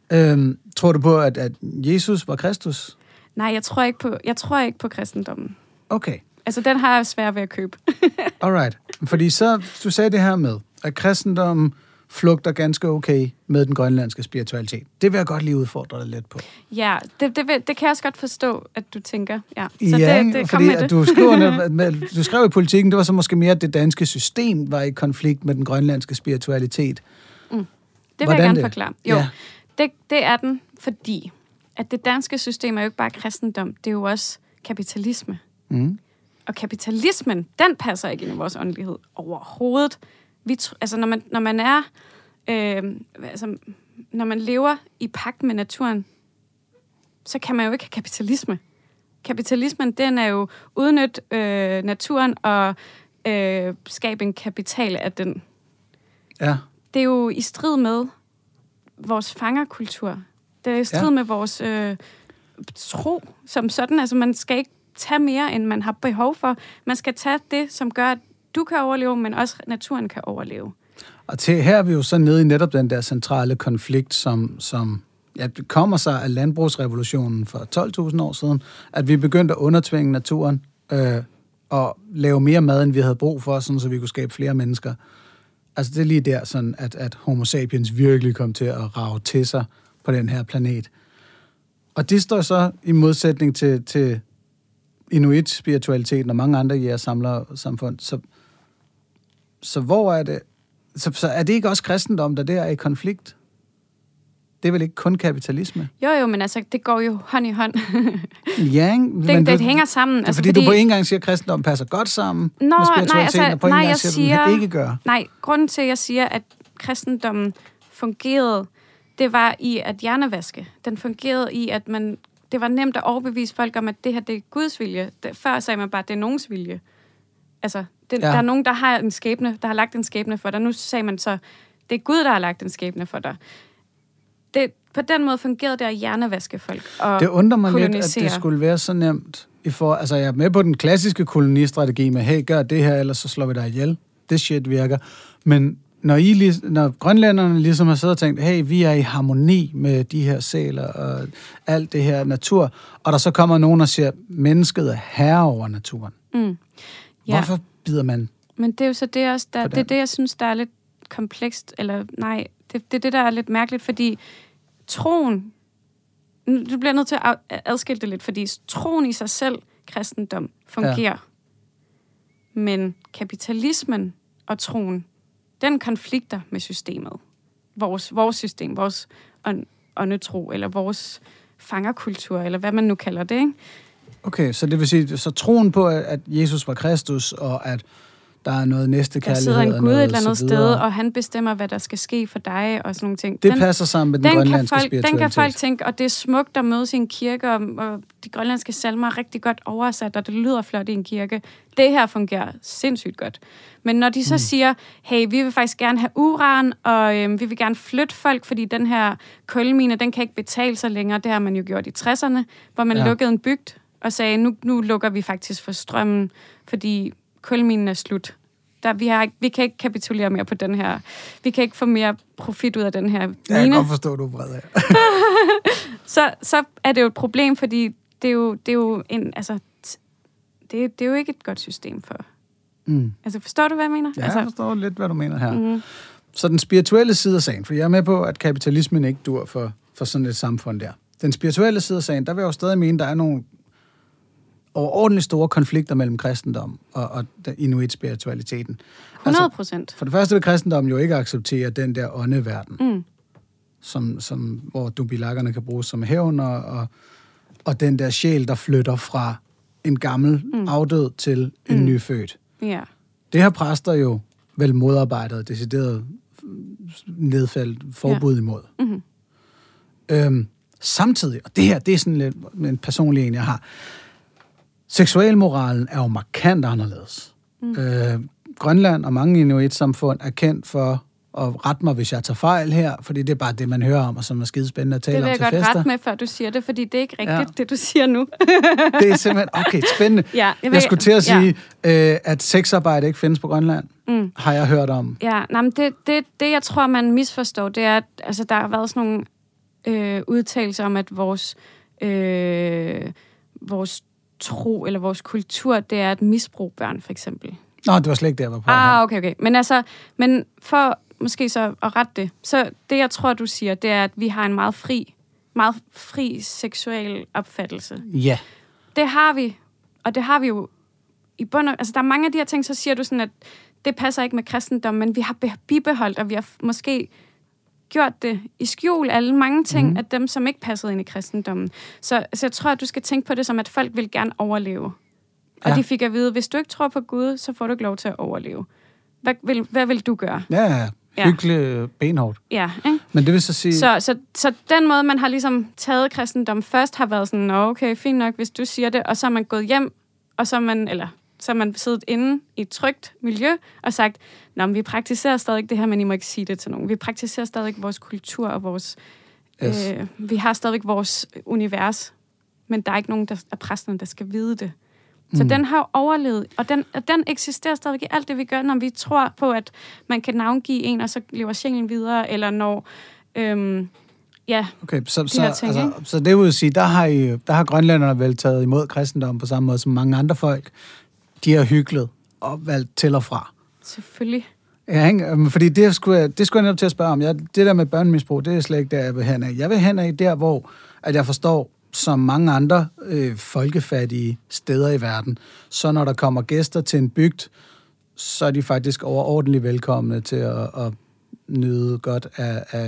Øhm, tror du på, at, at Jesus var Kristus? Nej, jeg tror ikke på, jeg tror ikke på kristendommen. Okay. Altså, den har jeg svært ved at købe. Alright. Fordi så, du sagde det her med, at kristendommen flugter ganske okay med den grønlandske spiritualitet. Det vil jeg godt lige udfordre dig lidt på. Ja, det, det, det kan jeg også godt forstå, at du tænker. Ja, så ja, det, det, fordi med at det. Du, skriver, med, du skrev i Politikken, det var så måske mere, at det danske system var i konflikt med den grønlandske spiritualitet. Mm. Det vil Hvordan jeg gerne det? forklare. Jo, ja. det, det er den, fordi at det danske system er jo ikke bare kristendom, det er jo også kapitalisme. Mm. Og kapitalismen, den passer ikke ind i vores åndelighed overhovedet. Vi, altså, når man, når man er, øh, altså, når man lever i pagt med naturen, så kan man jo ikke have kapitalisme. Kapitalismen, den er jo udnytte øh, naturen og øh, skabe en kapital af den. Ja. Det er jo i strid med vores fangerkultur. Det er i strid ja. med vores øh, tro som sådan. Altså, man skal ikke tage mere, end man har behov for. Man skal tage det, som gør, at du kan overleve, men også naturen kan overleve. Og til, her er vi jo så nede i netop den der centrale konflikt, som, som ja, kommer sig af landbrugsrevolutionen for tolv tusind år siden, at vi begyndte at undertvinge naturen øh, og lave mere mad, end vi havde brug for, sådan, så vi kunne skabe flere mennesker. Altså det er lige der, sådan, at, at homo sapiens virkelig kom til at rage til sig på den her planet. Og det står så i modsætning til, til inuit-spiritualiteten og mange andre jægersamlersamfund. Så, så hvor er det? Så, så er det ikke også kristendom, der der er i konflikt? Det er vel ikke kun kapitalisme? Jo, jo, men altså, det går jo hånd i hånd. Ja, ikke? Det, men det du, hænger sammen. Det er altså, fordi, fordi du på en gang siger, at kristendom passer godt sammen Nå, med spiritualiteten, nej, altså, og på en nej, gang jeg siger, siger, at den ikke gør. Nej, grunden til, at jeg siger, at kristendommen fungerede, det var i at hjernevaske. Den fungerede i, at man, det var nemt at overbevise folk om, at det her, det er Guds vilje. Før sagde man bare, at det er nogens vilje. Altså, det, ja. der er nogen, der har en skæbne, der har lagt en skæbne for dig. Nu sagde man så, det er Gud, der har lagt en skæbne for dig. Det, på den måde fungerede det at hjernevaske folk og det undrer mig lidt, at det skulle være så nemt. I for, altså, jeg er med på den klassiske kolonistrategi med, hey, gør det her, ellers så slår vi dig ihjel. Det shit virker. Men når, I, når grønlænderne ligesom har siddet og tænkt, hey, vi er i harmoni med de her sæler og alt det her natur, og der så kommer nogen og siger, mennesket er herre over naturen. Mm. Ja. Hvorfor bider man? Men det er jo så det også, der, det er det, jeg synes, der er lidt komplekst, eller nej, det, det er det, der er lidt mærkeligt, fordi troen, du bliver nødt til at adskille det lidt, fordi troen i sig selv, kristendom, fungerer. Ja. Men kapitalismen og troen, den konflikter med systemet. Vores, vores system, vores åndetro, eller vores fangerkultur, eller hvad man nu kalder det, ikke? Okay, så det vil sige, så troen på, at Jesus var Kristus, og at der er noget næstekærlighed. Der sidder en Gud et eller andet sted, og han bestemmer, hvad der skal ske for dig, og sådan nogle ting. Det den, passer sammen med den, den grønlandske folk, spiritualitet. Den kan folk tænke, og det er smukt at møde sin kirke, og, og de grønlandske salmer er rigtig godt oversat, og det lyder flot i en kirke. Det her fungerer sindssygt godt. Men når de så mm. siger, hey, vi vil faktisk gerne have uran, og øhm, vi vil gerne flytte folk, fordi den her kulmine, den kan ikke betale sig længere. Det har man jo gjort i tresserne, hvor man ja. lukkede en bygd, og sagde, nu, nu lukker vi faktisk for strømmen, fordi kulminen er slut. Der, vi, har, vi kan ikke kapitulere mere på den her. Vi kan ikke få mere profit ud af den her mine. Jeg kan godt forstå, du er vred af. så, så er det jo et problem, fordi det er jo, det er jo en, altså, det, det er jo ikke et godt system for. Mm. Altså, forstår du, hvad jeg mener? Ja, altså, jeg forstår lidt, hvad du mener her. Mm. Så den spirituelle side af sagen, for jeg er med på, at kapitalismen ikke dur for, for sådan et samfund der. Den spirituelle side af sagen, der vil jeg jo stadig mene, der er nogle overordentligt store konflikter mellem kristendom og, og inuit-spiritualiteten. hundrede procent. Altså, for det første vil kristendommen jo ikke acceptere den der åndeverden, mm. som, som, hvor dubilakkerne kan bruges som hævn, og, og, og den der sjæl, der flytter fra en gammel mm. afdød til en mm. nyfødt. Yeah. Det har præster jo vel modarbejdet, decideret nedfældt forbud yeah. imod. Mm-hmm. Øhm, samtidig, og det her, det er sådan lidt en personlig en, jeg har, seksualmoralen er jo markant anderledes. Mm. Øh, Grønland og mange inuit-samfund er kendt for, og ret mig, hvis jeg tager fejl her, fordi det er bare det, man hører om, og som er skidespændende at tale om til fester. Det vil jeg godt rette med, før du siger det, fordi det er ikke rigtigt, ja. det du siger nu. Det er simpelthen, okay, spændende. Ja, jeg, jeg skulle til at sige, ja. øh, at sexarbejde ikke findes på Grønland, mm. har jeg hørt om. Ja, nej, men det, det, det, jeg tror, man misforstår, det er, at altså, der har været sådan nogle øh, udtalelser om, at vores, øh, vores tro eller vores kultur, det er at misbruge børn, for eksempel. Nå, det var slet ikke det, jeg var på. Ah, okay, okay. Men altså, men for måske så at rette det, så det, jeg tror, du siger, det er, at vi har en meget fri, meget fri seksuel opfattelse. Ja. Det har vi, og det har vi jo i bund og, altså, der er mange af de her ting, så siger du sådan, at det passer ikke med kristendom, men vi har bibeholdt, og vi har måske gjort det i skjul, alle mange ting mm. af dem, som ikke passede ind i kristendommen. Så, så jeg tror, at du skal tænke på det som, at folk vil gerne overleve. Og ja. De fik at vide, hvis du ikke tror på Gud, så får du ikke lov til at overleve. Hvad vil, hvad vil du gøre? Ja, ja. Hyggelig benhårdt. Ja, ikke? Men det vil så sige... Så, så, så den måde, man har ligesom taget kristendom først, har været sådan, okay, fint nok, hvis du siger det, og så er man gået hjem, og så er man, eller, så er man siddet inde i et trygt miljø, og sagt, nå, men vi praktiserer stadig det her, men I må ikke sige det til nogen. Vi praktiserer stadig vores kultur, og vores... Yes. Øh, vi har stadig vores univers, men der er ikke nogen der, af præsterne, der skal vide det. Så mm. den har overlevet, og den, og den eksisterer stadig i alt det, vi gør, når vi tror på, at man kan navngive en, og så lever sjælen videre, eller når, øhm, ja, okay, så, så, ting, altså, så det vil sige, der har, I, der har grønlænderne vel taget imod kristendom på samme måde som mange andre folk. De har hyklet og valgt til og fra. Selvfølgelig. Ja, ikke? Fordi det skulle, jeg, det skulle jeg netop til at spørge om. Jeg, det der med børnemisbrug, det er slet ikke der, jeg vil hen af. Jeg vil hen af der, hvor at jeg forstår, som mange andre øh, folkefattige steder i verden, så når der kommer gæster til en bygd, så er de faktisk overordentligt velkomne til at, at nyde godt af, af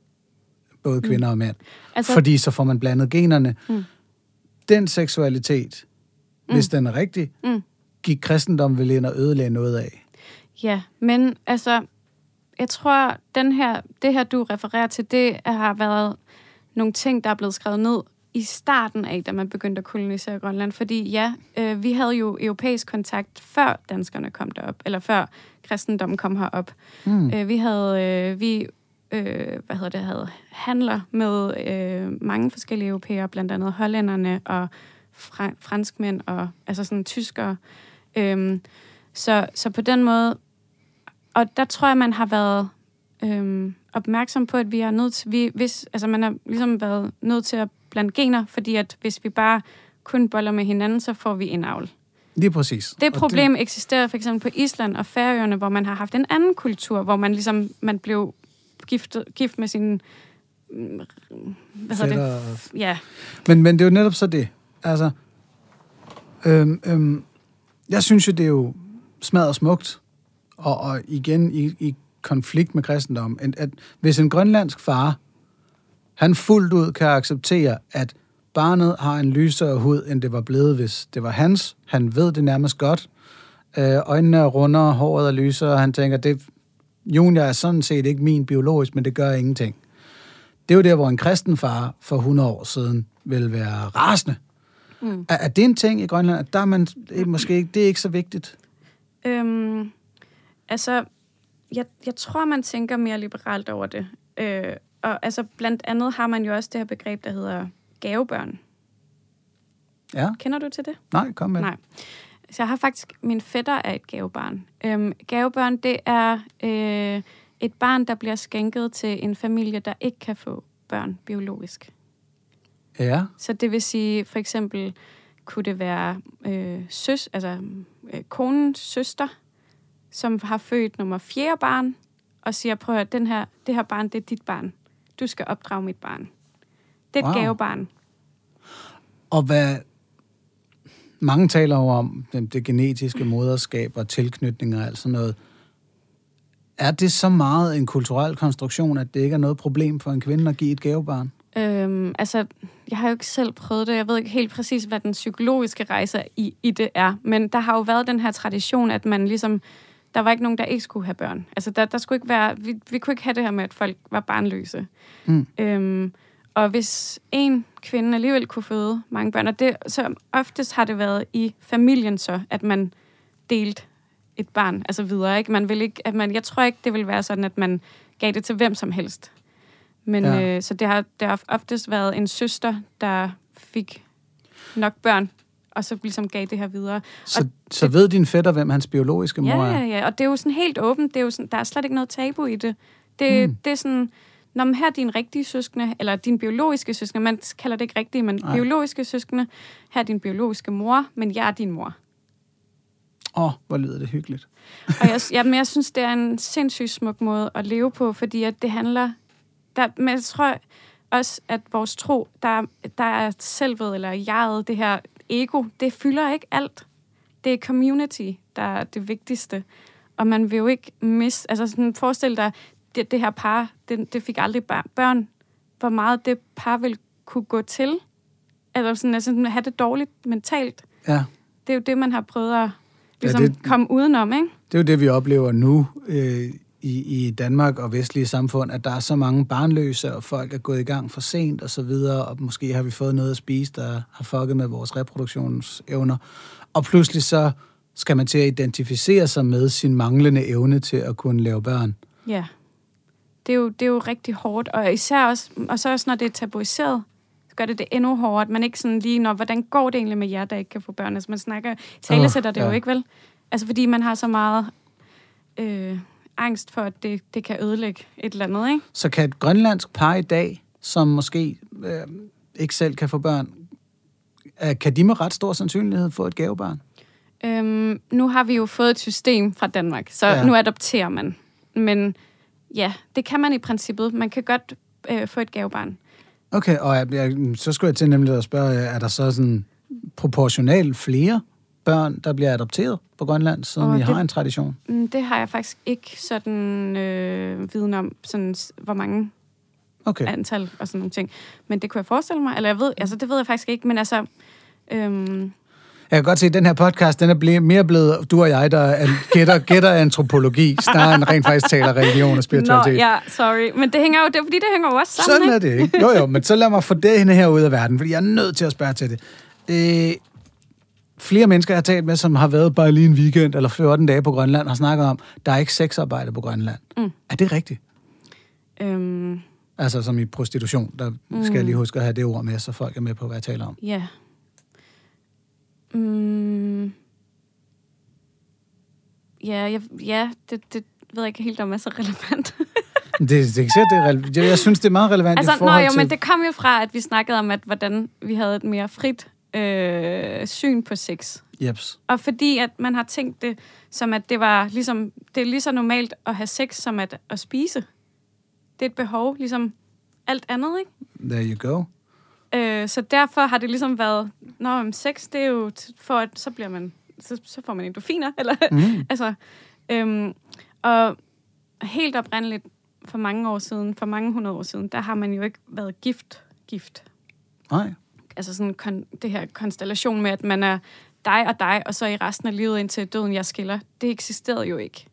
både kvinder mm. og mænd. Altså, fordi så får man blandet generne. Mm. Den seksualitet, mm. hvis den er rigtig, mm. gik kristendom vel ind og ødelagde noget af. Ja, men altså, jeg tror, den her, det her, du refererer til, det har været nogle ting, der er blevet skrevet ned i starten af, da man begyndte at kolonisere Grønland. Fordi ja, øh, vi havde jo europæisk kontakt, før danskerne kom derop, eller før kristendommen kom herop. Mm. Øh, vi havde, øh, vi, øh, hvad hedder det, havde handler med øh, mange forskellige europæere, blandt andet hollænderne og fra, franskmænd og altså sådan tyskere. Øh, så, så på den måde, og der tror jeg, man har været øh, opmærksom på, at vi er nødt til, vi, hvis, altså man har ligesom været nødt til at blande gener, fordi at hvis vi bare kun boller med hinanden, så får vi indavl. Lige præcis. Det problem det... eksisterer for eksempel på Island og Færøerne, hvor man har haft en anden kultur, hvor man ligesom man blev gift, gift med sin hvad hedder det? Ja. Men, men det er jo netop så det. Altså, øhm, øhm, jeg synes jo, det er jo smadret smukt, og, og igen i, i konflikt med kristendom, at, at hvis en grønlandsk far han fuldt ud kan acceptere, at barnet har en lysere hud, end det var blevet, hvis det var hans. Han ved det nærmest godt. Øh, øjnene er rundere, håret er lysere, og han tænker, det Junior er sådan set ikke min biologisk, men det gør ingenting. Det er jo der, hvor en kristen far for hundrede år siden vil være rasende. Mm. Er, er det en ting i Grønland, at der er man måske ikke, det er ikke så vigtigt? Øhm, altså, jeg, jeg tror, man tænker mere liberalt over det. Øh, Og altså, blandt andet har man jo også det her begreb, der hedder gavebørn. Ja. Kender du til det? Nej, kom med. Nej. Så jeg har faktisk, min fætter er et gavebarn. Øhm, gavebørn, det er øh, et barn, der bliver skænket til en familie, der ikke kan få børn biologisk. Ja. Så det vil sige, for eksempel, kunne det være øh, søs, altså øh, konens søster, som har født nummer fjerde barn, og siger, prøv at den her, det her barn, det er dit barn. Du skal opdrage mit barn. Det er et wow. gavebarn. Og hvad... Mange taler jo om det, det genetiske moderskab og tilknytninger og alt sådan noget. Er det så meget en kulturel konstruktion, at det ikke er noget problem for en kvinde at give et gavebarn? Øhm, altså, jeg har jo ikke selv prøvet det. Jeg ved ikke helt præcis, hvad den psykologiske rejse i, i det er. Men der har jo været den her tradition, at man ligesom... Der var ikke nogen, der ikke skulle have børn. Altså, der, der skulle ikke være... Vi, vi kunne ikke have det her med, at folk var barnløse. Mm. Øhm, og hvis en kvinde alligevel kunne føde mange børn, og det, så oftest har det været i familien så, at man delte et barn altså videre. Ikke? Man vil ikke, at man, jeg tror ikke, det vil være sådan, at man gav det til hvem som helst. Men ja. øh, så det har, det har oftest været en søster, der fik nok børn, og så ligesom gav det her videre. Så, og så ved din fætter, hvem hans biologiske mor ja, er? Ja, ja, og det er jo sådan helt åbent. Det er jo sådan, der er slet ikke noget tabu i det. Det, mm. det er sådan, Nå, men her er din rigtige søskende, eller din biologiske søskende, man kalder det ikke rigtige, men Nej. biologiske søskende, her er din biologiske mor, men jeg er din mor. Åh, oh, hvor lyder det hyggeligt. Og jeg, ja, men jeg synes, det er en sindssygt smuk måde at leve på, fordi at det handler... Der, men jeg tror også, at vores tro, der, der er selvet, eller jeget, det her ego, det fylder ikke alt. Det er community, der er det vigtigste. Og man vil jo ikke miste... Altså, sådan, forestil dig, det, det her par, det, det fik aldrig børn. Hvor meget det par vil kunne gå til. Altså, sådan, altså have det dårligt mentalt. Ja. Det er jo det, man har prøvet at ligesom, ja, det, komme udenom, ikke? Det er jo det, vi oplever nu øh, i, i Danmark og vestlige samfund, at der er så mange barnløse, og folk er gået i gang for sent og så videre, og måske har vi fået noget at spise, der har fucket med vores reproduktionsevner. Og pludselig så skal man til at identificere sig med sin manglende evne til at kunne lave børn. Ja, det er jo, det er jo rigtig hårdt, og især også, og så også når det er tabuiseret, så gør det det endnu hårdere, at man ikke sådan lige, når, hvordan går det egentlig med jer, der ikke kan få børn? Altså man snakker, talesætter det oh, ja. jo ikke, vel? Altså fordi man har så meget øh, angst for, at det, det kan ødelægge et eller andet, ikke? Så kan et grønlandsk par i dag, som måske øh, ikke selv kan få børn, øh, kan de med ret stor sandsynlighed få et gavebarn? Øhm, nu har vi jo fået et system fra Danmark, så ja. nu adopterer man. Men ja, det kan man i princippet. Man kan godt øh, få et gavebarn. Okay, og jeg, jeg, så skulle jeg til nemlig at spørge, er der så sådan proportionalt flere børn, der bliver adopteret på Grønland, siden vi har en tradition? Det har jeg faktisk ikke sådan øh, viden om, sådan, hvor mange okay. antal og sådan nogle ting. Men det kunne jeg forestille mig, eller jeg ved, altså det ved jeg faktisk ikke, men altså... Øhm, Jeg kan godt se, at den her podcast, den er ble- mere blevet du og jeg, der gætter, gætter antropologi, snarere end rent faktisk taler religion og spiritualitet. Nå, ja, sorry. Men det hænger jo, det er, fordi det hænger jo også sammen, Sådan er det ikke. Jo, jo, men så lad mig få det hende her ud af verden, fordi jeg er nødt til at spørge til det. Øh, flere mennesker, jeg har talt med, som har været bare lige en weekend eller fjorten dage på Grønland, har snakket om, der er ikke sexarbejde på Grønland. Mm. Er det rigtigt? Øhm. Altså som i prostitution, der mm. skal jeg lige huske at have det ord med, så folk er med på, hvad jeg taler om. Ja. Yeah. Mm. Ja, jeg, ja det, det ved jeg ikke helt, om er så relevant. det, det, det, det er relevant. Jeg, jeg synes, det er meget relevant altså, i forhold nå, jo, til... men det kom jo fra, at vi snakkede om, at hvordan vi havde et mere frit øh, syn på sex. Jeps. Og fordi at man har tænkt det, som at det var ligesom, det er lige så normalt at have sex, som at, at spise. Det er et behov, ligesom alt andet, ikke? There you go. Øh, så derfor har det ligesom været, nå, men sex, det er jo for, at så bliver man, så, så får man endorfiner, eller, mm. altså, øhm, og helt oprindeligt, for mange år siden, for mange hundrede år siden, der har man jo ikke været gift, gift. Nej. Altså sådan kon- det her konstellation med, at man er dig og dig, og så i resten af livet indtil døden, jeg skiller. Det eksisterede jo ikke.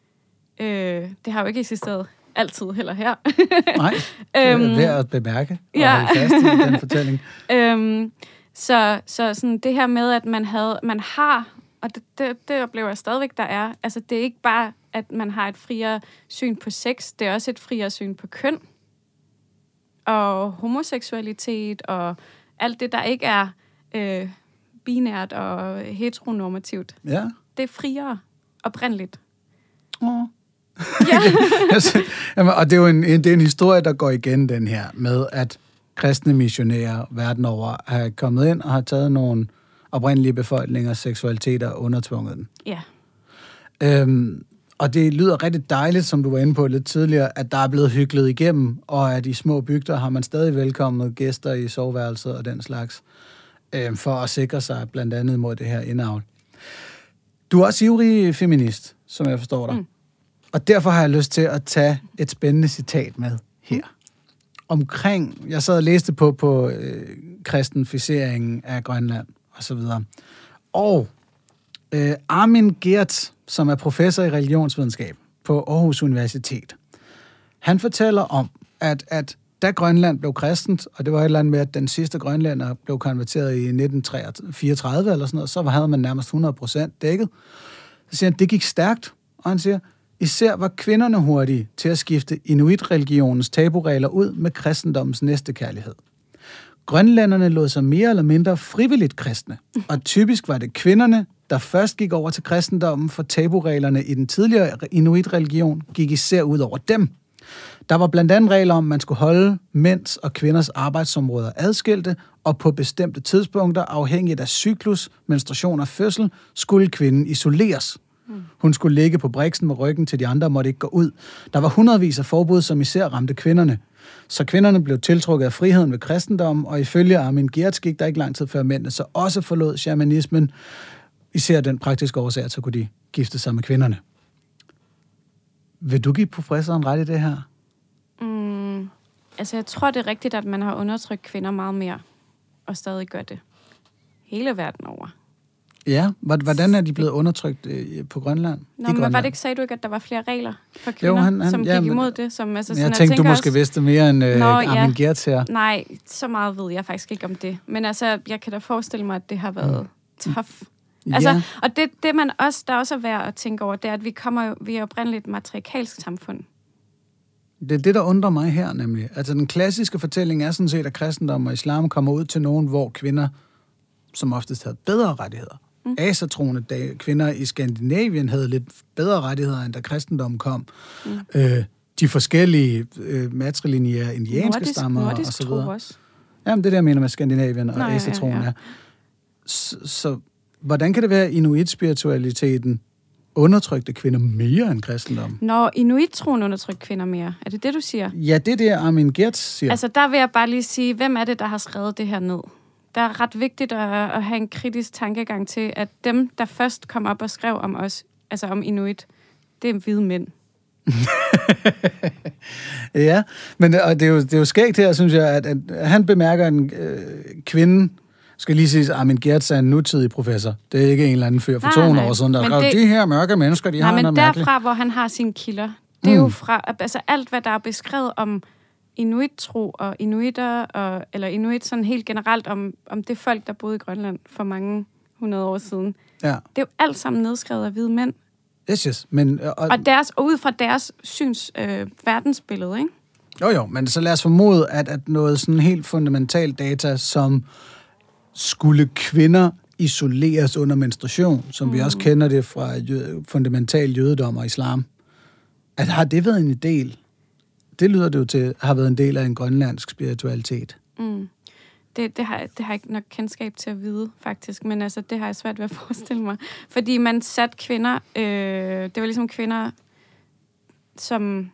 Øh, det har jo ikke eksisteret altid heller her. Nej, det er værd at bemærke og ja. holde fast i den fortælling. øhm, så så sådan det her med, at man, havde, man har, og det, det, det oplever jeg stadigvæk, der er, altså det er ikke bare, at man har et friere syn på sex, det er også et friere syn på køn, og homoseksualitet, og alt det, der ikke er øh, binært og heteronormativt. Ja. Det er friere oprindeligt. Åh. Ja. Jamen, og det er jo en, det er en historie, der går igen, den her, med at kristne missionærer verden over har kommet ind og har taget nogle oprindelige befolkningers seksualiteter og undertvunget den. Ja. Øhm, og det lyder rigtig dejligt, som du var inde på lidt tidligere, at der er blevet hyggelet igennem, og at i små bygder har man stadig velkommet gæster i soveværelset og den slags, øhm, for at sikre sig blandt andet mod det her indavl. Du er også ivrig feminist, som jeg forstår dig. Mm. Og derfor har jeg lyst til at tage et spændende citat med her. Omkring, jeg sad og læste på, på øh, kristenficeringen af Grønland og så videre. Og øh, Armin Geertz, som er professor i religionsvidenskab på Aarhus Universitet, han fortæller om, at, at da Grønland blev kristent, og det var et eller andet med, at den sidste grønlænder blev konverteret i nitten fireogtredive eller sådan noget, så havde man nærmest hundrede procent dækket. Så siger han, det gik stærkt, og han siger, især var kvinderne hurtige til at skifte inuit-religionens taburegler ud med kristendommens næstekærlighed. Grønlænderne lod sig mere eller mindre frivilligt kristne, og typisk var det kvinderne, der først gik over til kristendommen, for tabureglerne i den tidligere inuit-religion gik især ud over dem. Der var blandt andet regler om, at man skulle holde mænds og kvinders arbejdsområder adskilte, og på bestemte tidspunkter, afhængigt af cyklus, menstruation og fødsel, skulle kvinden isoleres. Hun skulle ligge på briksen med ryggen til de andre og måtte ikke gå ud. Der var hundredvis af forbud, som især ramte kvinderne. Så kvinderne blev tiltrukket af friheden ved kristendommen, og ifølge Armin Geertz gik der ikke lang tid før mændene så også forlod shamanismen, især den praktiske årsag, så kunne de gifte sig med kvinderne. Vil du give professoren ret i det her? Mm, altså, jeg tror, det er rigtigt, at man har undertrykt kvinder meget mere, og stadig gør det hele verden over. Ja, hvordan er de blevet undertrykt på Grønland? Nå, men var det ikke, sagde du ikke, at der var flere regler for kvinder, jo, han, han, som gik ja, imod det? Som, altså, jeg sådan, tænkte, jeg du måske også, vidste mere end uh, Armin Geertz her. Nej, så meget ved jeg faktisk ikke om det. Men altså, jeg kan da forestille mig, at det har været mm. tough. Altså, ja. Og det, det man også, der også er værd at tænke over, det er, at vi kommer vi er oprindeligt et matriarkalsk samfund. Det er det, der undrer mig her, nemlig. Altså, den klassiske fortælling er sådan set, at kristendom og islam kommer ud til nogen, hvor kvinder, som oftest havde bedre rettigheder. Mm. Asatroende kvinder i Skandinavien havde lidt bedre rettigheder, end da kristendommen kom. Mm. Øh, de forskellige øh, matrilineære indianske nordisk, stammer nordisk og så videre. Også. Jamen, det er det, jeg mener med Skandinavien og asatroende. Ja, ja. Så, så hvordan kan det være, at inuit-spiritualiteten undertrykte kvinder mere end kristendommen? Når inuit-troen undertrykte kvinder mere. Er det det, du siger? Ja, det er det, Armin Geertz siger. Altså, der vil jeg bare lige sige, hvem er det, der har skrevet det her ned? Der er ret vigtigt at, at have en kritisk tankegang til, at dem, der først kom op og skrev om os, altså om inuit, det er hvide mænd. Ja, men og det, er jo, det er jo skægt her, synes jeg, at, at han bemærker en øh, kvinde, skal lige sige, at Armin Geertz er en nutidig professor. Det er ikke en eller anden fyr for to år siden, der skrev, de her mørke mennesker, de nej, har noget mærkeligt. Men derfra, hvor han har sine kilder, det er mm. jo fra, altså alt, hvad der er beskrevet om inuit-tro og inuiter, og, eller inuit sådan helt generelt, om, om det folk, der boede i Grønland for mange hundrede år siden. Ja. Det er jo alt sammen nedskrevet af hvide mænd. Yes, yes. Men, og, og, deres, og ud fra deres syns øh, verdensbillede, ikke? Jo, jo, men så lad os formode, at, at noget sådan helt fundamentalt data, som skulle kvinder isoleres under menstruation, som mm. vi også kender det fra jø- fundamental jødedom og islam, at har det været en del? Det lyder det jo til, har været en del af en grønlandsk spiritualitet. Mm. Det, det, har, det har jeg ikke nok kendskab til at vide, faktisk. Men altså, det har jeg svært ved at forestille mig. Fordi man satte kvinder... Øh, det var ligesom kvinder, som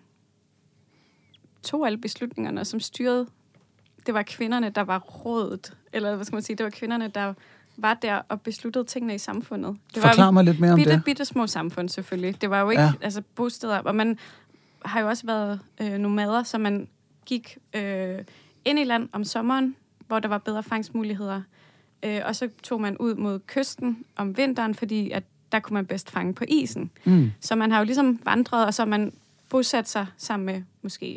tog alle beslutningerne, og som styrede. Det var kvinderne, der var rådet. Eller hvad skal man sige? Det var kvinderne, der var der og besluttede tingene i samfundet. Det Forklar mig lidt mere om bitte, det. Bitte små samfund, selvfølgelig. Det var jo ikke ja. altså, bosteder. Og man har jo også været øh, nomader, så man gik øh, ind i land om sommeren, hvor der var bedre fangstmuligheder. Øh, og så tog man ud mod kysten om vinteren, fordi at der kunne man bedst fange på isen. Mm. Så man har jo ligesom vandret, og så man bosat sig sammen med måske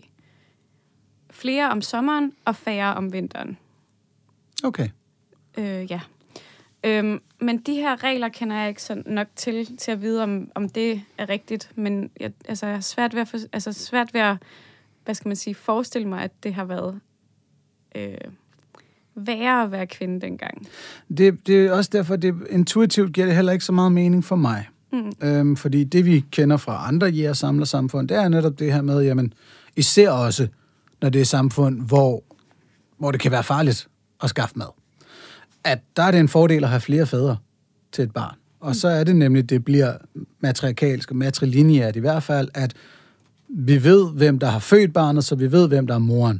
flere om sommeren og færre om vinteren. Okay. Øh, ja. Øhm, men de her regler kender jeg ikke så nok til, til at vide, om, om det er rigtigt. Men jeg, altså, jeg har svært ved at, for, altså, svært ved at hvad skal man sige, forestille mig, at det har været øh, værre at være kvinde dengang. Det, det er også derfor, det intuitivt giver det heller ikke så meget mening for mig. Mm. Øhm, fordi det, vi kender fra andre jægersamlersamfund, det er netop det her med, jamen, især også, når det er samfund, hvor, hvor det kan være farligt at skaffe mad. At der er det en fordel at have flere fædre til et barn. Og mm. så er det nemlig, det bliver matriarkalsk og matrilineært i hvert fald, at vi ved, hvem der har født barnet, så vi ved, hvem der er moren.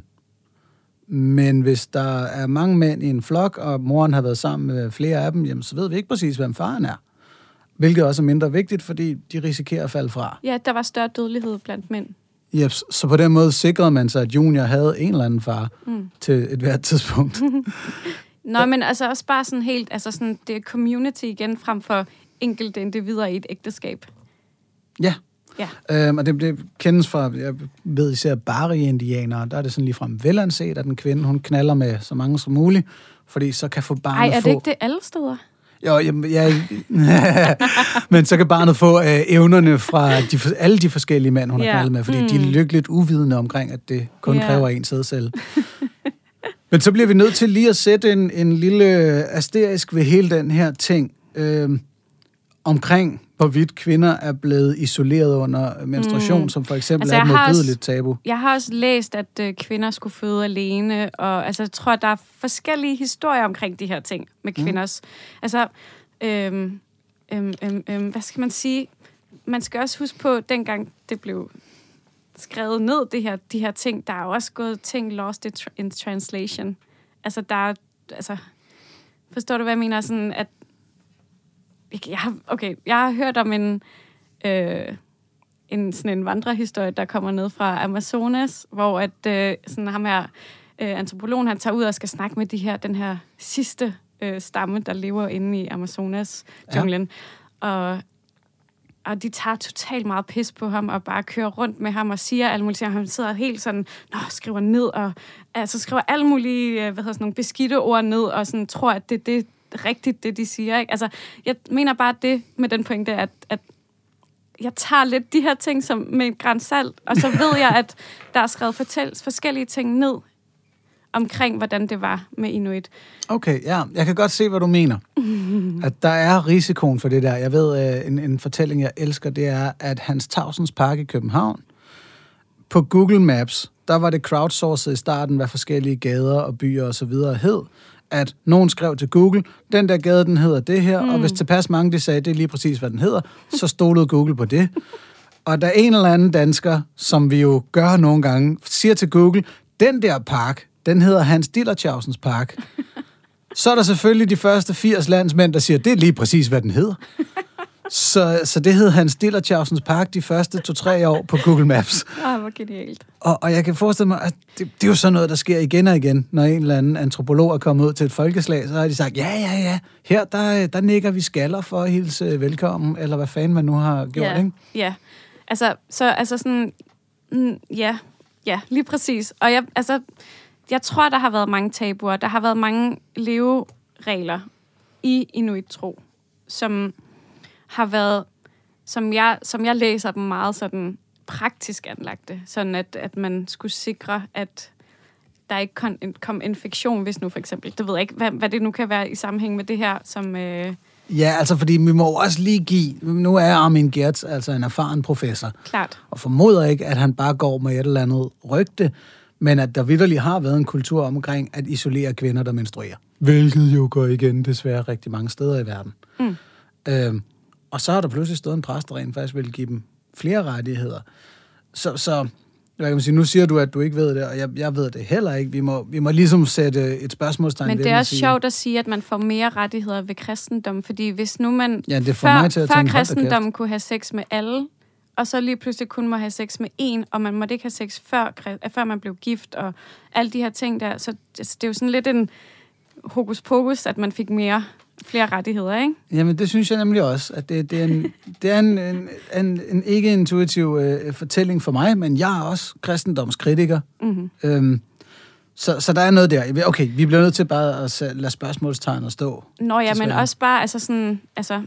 Men hvis der er mange mænd i en flok, og moren har været sammen med flere af dem, jamen, så ved vi ikke præcis, hvem faren er. Hvilket også er mindre vigtigt, fordi de risikerer at falde fra. Ja, der var større dødelighed blandt mænd. Yep, så på den måde sikrede man sig, at Junior havde en eller anden far mm. til et hvert tidspunkt. Nå, men altså også bare sådan helt, altså sådan, det er community igen, frem for enkelte individer i et ægteskab. Ja. Ja. Øhm, og det, det kendes fra, jeg ved især Bari-indianere, der er det sådan ligefrem velanset, at en kvinde, hun knaller med så mange som muligt, fordi så kan få barnet få... Ej, er det få... ikke det alle steder? Jo, jamen, ja, men så kan barnet få øh, evnerne fra de, alle de forskellige mænd, hun yeah. har knaldet med, fordi mm. de er lykkeligt uvidende omkring, at det kun yeah. kræver en sædcelle. Men så bliver vi nødt til lige at sætte en, en lille asterisk ved hele den her ting. Øh, omkring, hvorvidt kvinder er blevet isoleret under menstruation, mm. som for eksempel altså, er et modbydeligt tabu. Jeg har også læst, at øh, kvinder skulle føde alene, og altså, jeg tror, at der er forskellige historier omkring de her ting med kvinders. Mm. Altså, øhm, øhm, øhm, øhm, hvad skal man sige? Man skal også huske på, dengang det blev skrevet ned, det her, de her ting, der er også gået ting lost in, tra- in translation. Altså, der er, altså, forstår du, hvad jeg mener? Sådan, at Jeg har, okay, jeg har hørt om en, øh, en, sådan en vandrehistorie, der kommer ned fra Amazonas, hvor at, øh, sådan ham her, øh, antropologen, han tager ud og skal snakke med de her, den her sidste øh, stamme, der lever inde i Amazonas-junglen. Ja. Og, og de tager totalt meget pis på ham, og bare kører rundt med ham og siger alle mulige ting. Han sidder helt sådan, nå, skriver ned, og altså skriver alle mulige, hvad hedder sådan nogle beskidte ord ned, og sådan tror, at det er det, rigtigt, det de siger, ikke? Altså, jeg mener bare det med den pointe, at, at jeg tager lidt de her ting som med et gran salt, og så ved jeg, at der er skrevet fortælles forskellige ting ned omkring, hvordan det var med Inuit. Okay, ja. Jeg kan godt se, hvad du mener. At der er risikoen for det der. Jeg ved, en, en fortælling, jeg elsker, det er, at Hans Tausends Park i København, på Google Maps, der var det crowdsourcet i starten, hvad forskellige gader og byer og så videre hed, at nogen skrev til Google, den der gade, den hedder det her, mm. og hvis tilpas mange, de sagde, det er lige præcis, hvad den hedder, så stolede Google på det. Og der er en eller anden dansker, som vi jo gør nogle gange, siger til Google, den der park, den hedder Hans Dillertjausens Park. Så er der selvfølgelig de første firs landsmænd, der siger, det er lige præcis, hvad den hedder. Så, så det hed Hans Dillertjausens Park de første to-tre år på Google Maps. Ah, hvor genialt. Og, og jeg kan forestille mig, at det, det er jo sådan noget, der sker igen og igen, når en eller anden antropolog er kommet ud til et folkeslag, så har de sagt, ja, ja, ja, her der, der nikker vi skaller for at hilse velkommen, eller hvad fanden man nu har gjort, ja, ikke? Ja, altså, så, altså sådan, mm, ja, ja, lige præcis. Og jeg, altså, jeg tror, der har været mange tabuer, der har været mange leveregler i Inuit-tro, som har været, som jeg, som jeg læser dem meget sådan praktisk anlagte, sådan at, at man skulle sikre, at der ikke kom, kom infektion, hvis nu for eksempel, det ved jeg ikke, hvad, hvad det nu kan være i sammenhæng med det her, som... Øh... Ja, altså fordi vi må også lige give, nu er Armin Geertz altså en erfaren professor, klart, og formoder ikke, at han bare går med et eller andet rygte, men at der vitterligt har været en kultur omkring at isolere kvinder, der menstruerer. Hvilket jo går igen desværre rigtig mange steder i verden. Mm. Øhm, Og så har der pludselig stået en præst, der rent faktisk vil give dem flere rettigheder. Så, så hvad kan man sige, nu siger du, at du ikke ved det, og jeg, jeg ved det heller ikke. Vi må, vi må ligesom sætte et spørgsmålstegn ved. Men det er også sige. sjovt at sige, at man får mere rettigheder ved kristendom, fordi hvis nu man ja, det får før, mig til at før tænke, kristendom kunne have sex med alle, og så lige pludselig kun må have sex med en, og man måtte ikke have sex før, før man blev gift, og alle de her ting der. Så det er jo sådan lidt en hokus pokus, at man fik mere... flere rettigheder, ikke? Jamen, det synes jeg nemlig også, at det, det er en, det er en, en, en, en ikke-intuitiv øh, fortælling for mig, men jeg er også kristendomskritiker. Mm-hmm. Øhm, så, så der er noget der. Okay, vi bliver nødt til bare at lade spørgsmålstegnet stå. Nå ja, desværre. Men også bare, altså sådan, altså,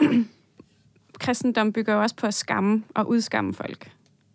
kristendom bygger jo også på at skamme og udskamme folk.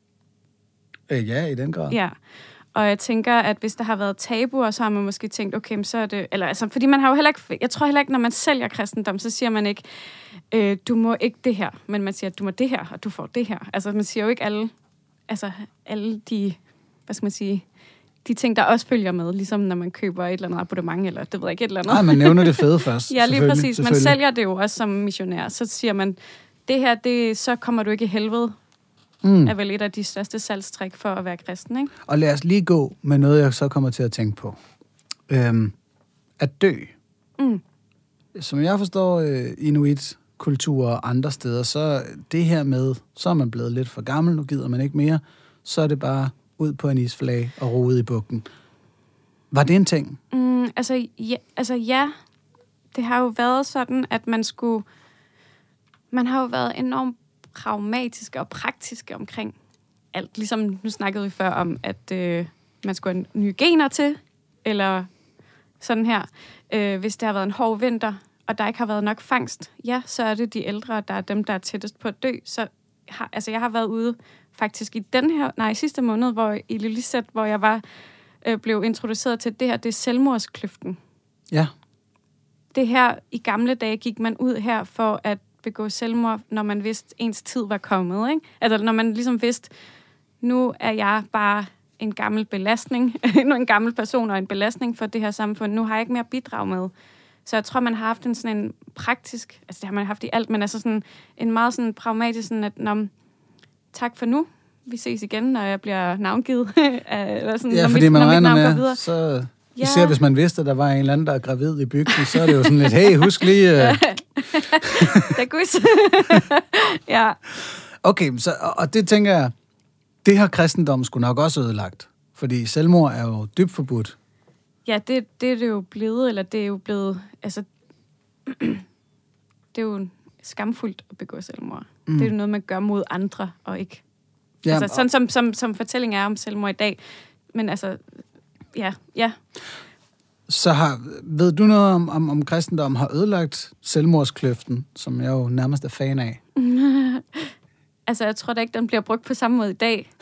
Øh, ja, i den grad. Ja. Og jeg tænker, at hvis der har været tabuer, så har man måske tænkt, okay, så er det... Eller, altså, fordi man har jo heller ikke... Jeg tror heller ikke, når man sælger kristendom, så siger man ikke, øh, du må ikke det her, men man siger, du må det her, og du får det her. Altså, man siger jo ikke alle... Altså, alle de... Hvad skal man sige... De ting, der også følger med, ligesom når man køber et eller andet abonnement, eller det ved jeg ikke, et eller andet. Nej, man nævner det fede først. Ja, lige præcis. Man sælger det jo også som missionær. Så siger man, det her, det, så kommer du ikke i helvede. Mm. Er vel et af de største salgstræk for at være kristen, ikke? Og lad os lige gå med noget, jeg så kommer til at tænke på. Øhm, at dø. Mm. Som jeg forstår øh, Inuit-kultur og andre steder, så det her med, så er man blevet lidt for gammel, nu gider man ikke mere, så er det bare ud på en isflage og rode i bugten. Var det en ting? Mm, altså, ja, altså ja, det har jo været sådan, at man skulle... Man har jo været enormt pragmatiske og praktiske omkring alt. Ligesom nu snakkede vi før om, at øh, man skulle have nye gener til, eller sådan her. Øh, hvis det har været en hård vinter, og der ikke har været nok fangst, ja, så er det de ældre, der er dem, der er tættest på at dø. Så har, altså, jeg har været ude faktisk i den her, nej, sidste måned, hvor i Ilulissat, hvor jeg var øh, blev introduceret til det her, det er selvmordskløften. Ja. Det her, i gamle dage gik man ud her for at begå selvmord, når man vidste, ens tid var kommet, ikke? Altså, når man ligesom vidste, nu er jeg bare en gammel belastning, nu en gammel person og en belastning for det her samfund. Nu har jeg ikke mere at bidrage med. Så jeg tror, man har haft en sådan en praktisk, altså det har man haft i alt, men altså sådan en meget sådan pragmatisk, sådan at, nå, tak for nu, vi ses igen, når jeg bliver navngivet. Eller sådan, ja, når fordi mit, man når regner mit navn med, går så ja. Især hvis man vidste, at der var en eller anden, der er gravid i bygden, så er det jo sådan lidt, hey, husk lige... Uh... det er gus. Ja. Okay, så, og det tænker jeg, det har kristendommen sgu nok også ødelagt. Fordi selvmord er jo dybt forbudt. Ja, det, det er det jo blevet, eller det er jo blevet, altså, det er jo skamfuldt at begå selvmord. Mm. Det er jo noget, man gør mod andre, og ikke... Ja, altså, sådan som, som, som fortælling er om selvmord i dag. Men altså, ja, ja. Så har, ved du noget om, om, om kristendommen har ødelagt selvmordskløften, som jeg jo nærmest er fan af? Altså, jeg tror da ikke, den bliver brugt på samme måde i dag.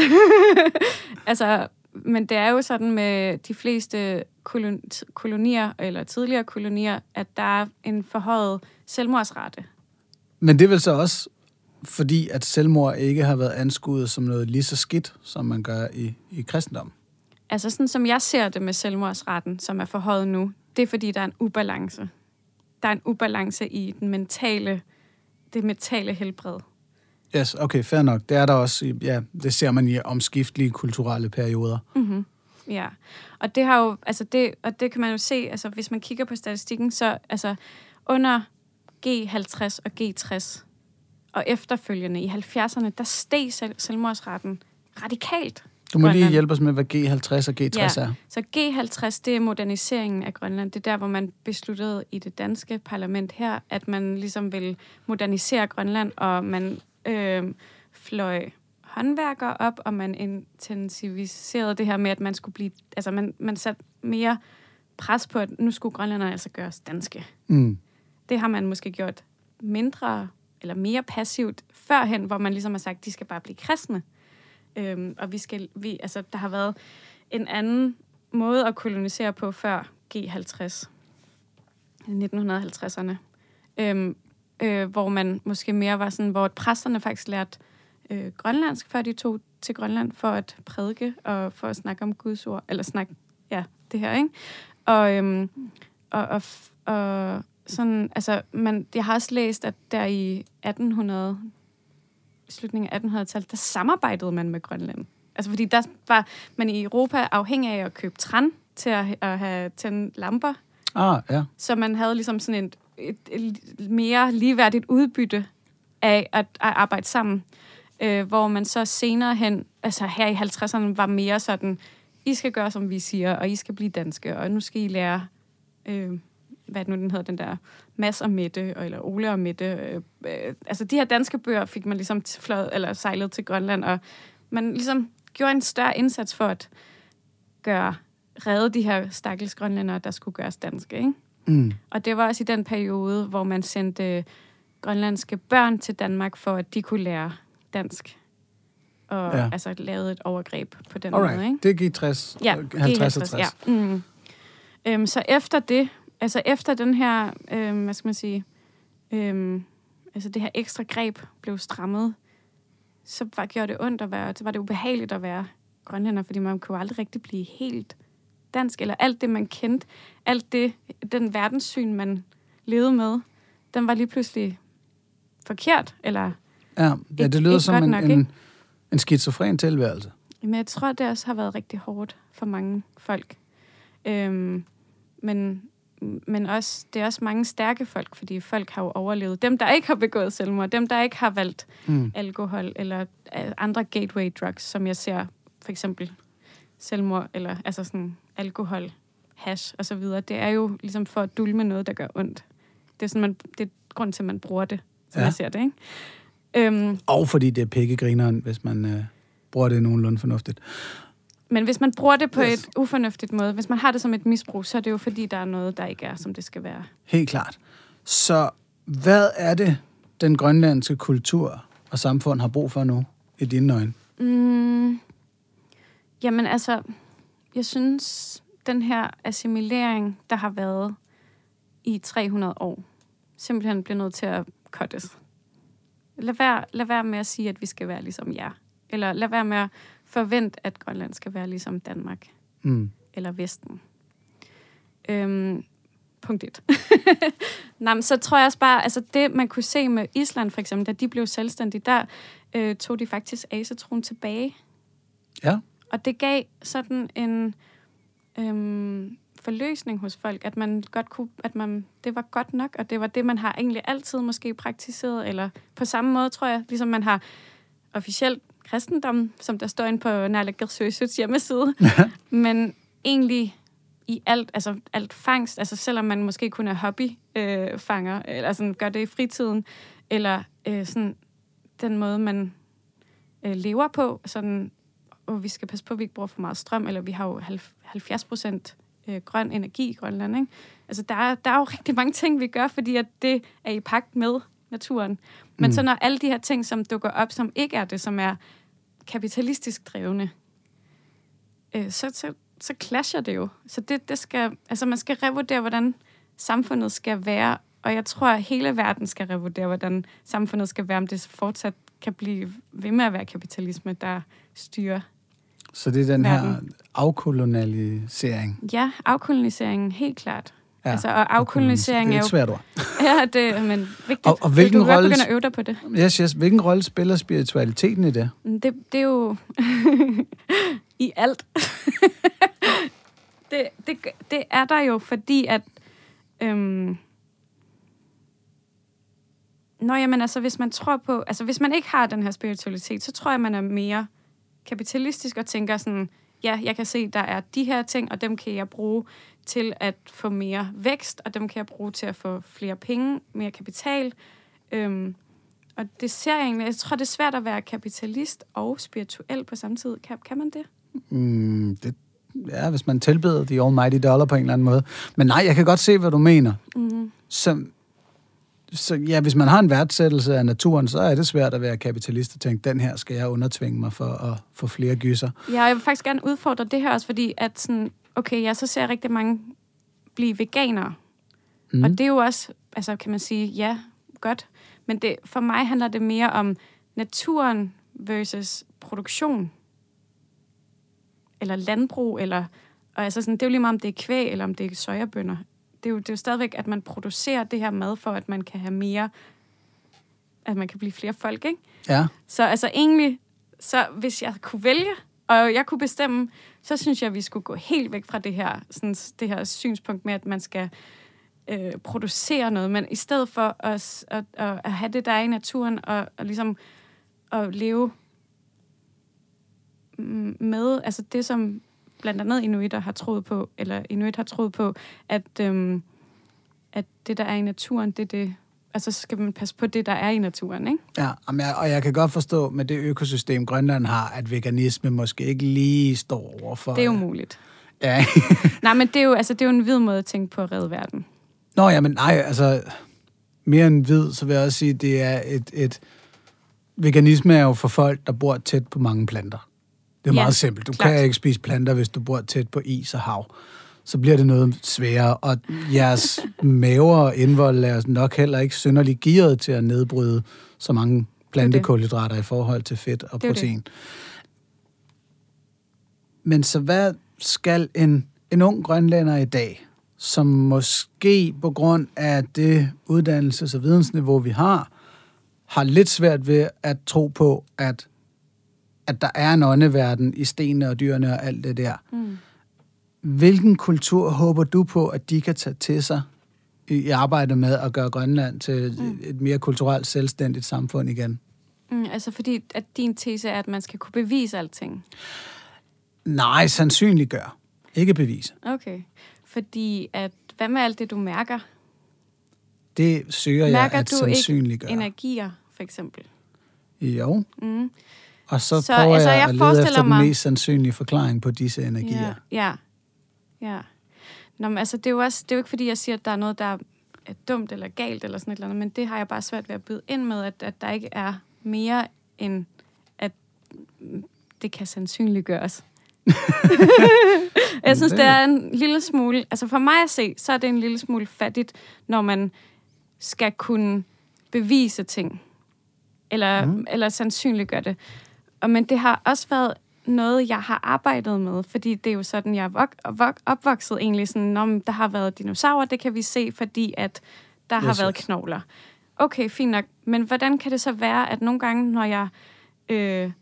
Altså, men det er jo sådan med de fleste kolon- kolonier, eller tidligere kolonier, at der er en forhøjet selvmordsrate. Men det er vel så også, fordi at selvmord ikke har været anskuet som noget lige så skidt, som man gør i, i kristendommen? Altså, sådan som jeg ser det med selvmordsraten, som er forhøjet nu, det er fordi, der er en ubalance. Der er en ubalance i den mentale, det mentale helbred. Yes, okay, fair nok. Det er der også, i, ja, det ser man i omskiftelige kulturelle perioder. Mm-hmm. Ja, og det har jo, altså det, og det kan man jo se, altså hvis man kigger på statistikken, så altså under G halvtreds og G tres og efterfølgende i halvfjerdserne, der steg selv, selvmordsraten radikalt. Du må Grønland. Lige hjælpe os med, hvad G halvtreds og G tres ja, er. Så G halvtreds, det er moderniseringen af Grønland. Det er der, hvor man besluttede i det danske parlament her, at man ligesom vil modernisere Grønland, og man øh, fløj håndværkere op, og man intensiviserede det her med, at man skulle blive... Altså, man, man satte mere pres på, at nu skulle grønlænderne altså gøres danske. Mm. Det har man måske gjort mindre eller mere passivt førhen, hvor man ligesom har sagt, de skal bare blive kristne. Øhm, og vi skal... Vi, altså, der har været en anden måde at kolonisere på før G halvtreds. nitten halvtredserne. Øhm, øh, hvor man måske mere var sådan, hvor præsterne faktisk lærte øh, grønlandsk, før de tog til Grønland for at prædike og for at snakke om Guds ord, eller snakke, ja, det her, ikke? Og, øhm, og, og, og sådan, altså, man, jeg har også læst, at der i atten hundrede, slutningen af attenhundredetallet, der samarbejdede man med Grønland. Altså, fordi der var man i Europa afhængig af at købe træn til at, at have tænde lamper. Ah, ja. Så man havde ligesom sådan et, et, et mere ligeværdigt udbytte af at, at arbejde sammen. Øh, hvor man så senere hen, altså her i halvtredserne, var mere sådan, I skal gøre, som vi siger, og I skal blive danske, og nu skal I lære, øh, hvad nu den hedder, den der Mads og Mette, eller Ole og Mette. Øh, øh, altså de her danske bøger fik man ligesom fløjet, eller sejlet til Grønland, og man ligesom gjorde en større indsats for at gøre, redde de her stakkels grønlændere, der skulle gøres danske, ikke? Mm. Og det var også i den periode, hvor man sendte grønlandske børn til Danmark, for at de kunne lære dansk. Og ja. altså lavede et overgreb på den Alright. måde, ikke? Det er G tres, ja, halvtreds og tres. Ja. Mm. Øhm, så efter det, altså efter den her, øhm, hvad skal man sige, øhm, altså det her ekstra greb blev strammet, så var, gjorde det ondt at være, så var det ubehageligt at være grønlænder, fordi man kunne aldrig rigtig blive helt dansk, eller alt det, man kendte, alt det, den verdenssyn, man levede med, den var lige pludselig forkert, eller ja, ja, det lyder som en, nok, en, en skizofren tilværelse. Men jeg tror, det også har været rigtig hårdt for mange folk. Øhm, men, men også, det er også mange stærke folk, fordi folk har jo overlevet. Dem, der ikke har begået selvmord, dem, der ikke har valgt mm. alkohol eller andre gateway drugs, som jeg ser, for eksempel selvmord, eller altså sådan alkohol, hash og så videre. Det er jo ligesom for at dulme noget, der gør ondt. Det er sådan, man, det er grund til, at man bruger det, som ja. jeg ser det, ikke? Øhm, og fordi det er pikkegrineren, hvis man øh, bruger det nogenlunde fornuftigt. Men hvis man bruger det på yes. et ufornuftigt måde, hvis man har det som et misbrug, så er det jo fordi, der er noget, der ikke er, som det skal være. Helt klart. Så hvad er det, den grønlandske kultur og samfund har brug for nu, i dine øjne? Mm, jamen altså, jeg synes, den her assimilering, der har været i tre hundrede år, simpelthen bliver nødt til at cuttes. Lad være, lad være med at sige, at vi skal være ligesom jer. Eller lad være med at forvente, at Grønland skal være ligesom Danmark. Mm. Eller Vesten. Øhm, punkt et. Nå, men så tror jeg også bare, altså det, man kunne se med Island for eksempel, da de blev selvstændige, der øh, tog de faktisk asetroen tilbage. Ja. Og det gav sådan en øhm, forløsning hos folk, at man godt kunne, at man, det var godt nok, og det var det, man har egentlig altid måske praktiseret, eller på samme måde, tror jeg, ligesom man har officielt kristendom, som der står inde på Naalakkersuisuts hjemmeside, men egentlig i alt, altså alt fangst, altså selvom man måske kun er hobbyfanger, øh, eller sådan gør det i fritiden, eller øh, sådan den måde, man øh, lever på, sådan, og vi skal passe på, at vi ikke bruger for meget strøm, eller vi har jo halvfjerds procent øh, grøn energi i Grønland, ikke? Altså der er, der er jo rigtig mange ting, vi gør, fordi at det er i pagt med naturen. Men mm. så når alle de her ting, som dukker op, som ikke er det, som er kapitalistisk drevne, øh, så, så, så clasher det jo. Så det, det skal, altså man skal revurdere, hvordan samfundet skal være, og jeg tror, at hele verden skal revurdere, hvordan samfundet skal være, om det fortsat kan blive ved med at være kapitalisme, der styrer. Så det er den verden. her afkolonialisering? Ja, afkoloniseringen, helt klart. Ja, altså, og afkolonisering det er er et svært ord. Ja, det er men vigtigt. Og, og hvilken du kan rolle, godt begynde at øve dig på det. Yes, yes. Hvilken rolle spiller spiritualiteten i det? Det, det er jo i alt. det, det, det er der jo, fordi at øhm, Nå, jamen altså, hvis man tror på, altså hvis man ikke har den her spiritualitet, så tror jeg, man er mere kapitalistisk og tænker sådan, ja, jeg kan se, der er de her ting, og dem kan jeg bruge til at få mere vækst, og dem kan jeg bruge til at få flere penge, mere kapital. Øhm, og det ser jeg egentlig, jeg tror, det er svært at være kapitalist og spirituel på samme tid. Kan, kan man det? Mm, det? Ja, hvis man tilbeder de almighty dollar på en eller anden måde. Men nej, jeg kan godt se, hvad du mener. Mm. Så, så ja, hvis man har en værdsættelse af naturen, så er det svært at være kapitalist og tænke, den her skal jeg undertvinge mig for at få flere gyser. Ja, jeg vil faktisk gerne udfordre det her også, fordi at sådan, okay, ja, så ser jeg rigtig mange blive veganere. Mm. Og det er jo også, altså kan man sige, ja, godt. Men det, for mig handler det mere om naturen versus produktion. Eller landbrug, eller, og altså sådan, det er jo lige meget, om det er kvæg, eller om det er sojabønner. Det er, jo, det er jo stadigvæk, at man producerer det her mad, for at man kan have mere, at man kan blive flere folk, ikke? Ja. Så altså egentlig, så hvis jeg kunne vælge, og jeg kunne bestemme, så synes jeg, at vi skulle gå helt væk fra det her, sådan, det her synspunkt med, at man skal øh, producere noget, men i stedet for at, at, at have det, der er i naturen, og, og ligesom at leve med, altså det, som blandt andet inuitter har troet på, eller inuit har troet på, at, øhm, at det, der er i naturen, det er det, altså skal man passe på det, der er i naturen, ikke? Ja, og jeg kan godt forstå med det økosystem, Grønland har, at veganisme måske ikke lige står over for... Det er jo muligt. Ja. Nej, men det er jo, altså, det er jo en vid måde at tænke på at redde verden. Nå, ja, men nej, altså, mere end hvid, så vil jeg også sige, at det er et, et... Veganisme er jo for folk, der bor tæt på mange planter. Det er ja, meget simpelt. Du klart. Kan ikke spise planter, hvis du bor tæt på is og hav. Så bliver det noget sværere, og jeres maver og indvold er nok heller ikke synderligt gearet til at nedbryde så mange plantekulhydrater i forhold til fedt og protein. Det det. Men så hvad skal en, en ung grønlænder i dag, som måske på grund af det uddannelses- og vidensniveau, vi har, har lidt svært ved at tro på, at at der er en åndeverden i stenene og dyrene og alt det der. Mm. Hvilken kultur håber du på, at de kan tage til sig i arbejdet med at gøre Grønland til mm. et mere kulturelt selvstændigt samfund igen? Mm, altså fordi, at din tese er, at man skal kunne bevise alting? Nej, sandsynliggør. Ikke bevise. Okay. Fordi, at hvad med alt det, du mærker? Det søger mærker jeg at sandsynliggøre. Mærker du ikke energier, for eksempel? Jo. Mm. Og så, så prøver altså, jeg, jeg at lede efter mig... den mest sandsynlige forklaring på disse energier. Ja, ja. ja. Nå, men altså, det er jo også, det er jo ikke fordi, jeg siger, at der er noget, der er dumt eller galt, eller sådan et eller andet, men det har jeg bare svært ved at byde ind med, at, at der ikke er mere end, at det kan sandsynliggøres. Jeg synes, det er en lille smule, altså for mig at se, så er det en lille smule fattigt, når man skal kunne bevise ting, eller, mm. eller sandsynliggøre det. Og, men det har også været noget, jeg har arbejdet med, fordi det er jo sådan, jeg er vok- vok- opvokset egentlig sådan, om der har været dinosaurer, det kan vi se, fordi at der yes, har været yes. knogler. Okay, fint nok, men hvordan kan det så være, at nogle gange, når jeg øh,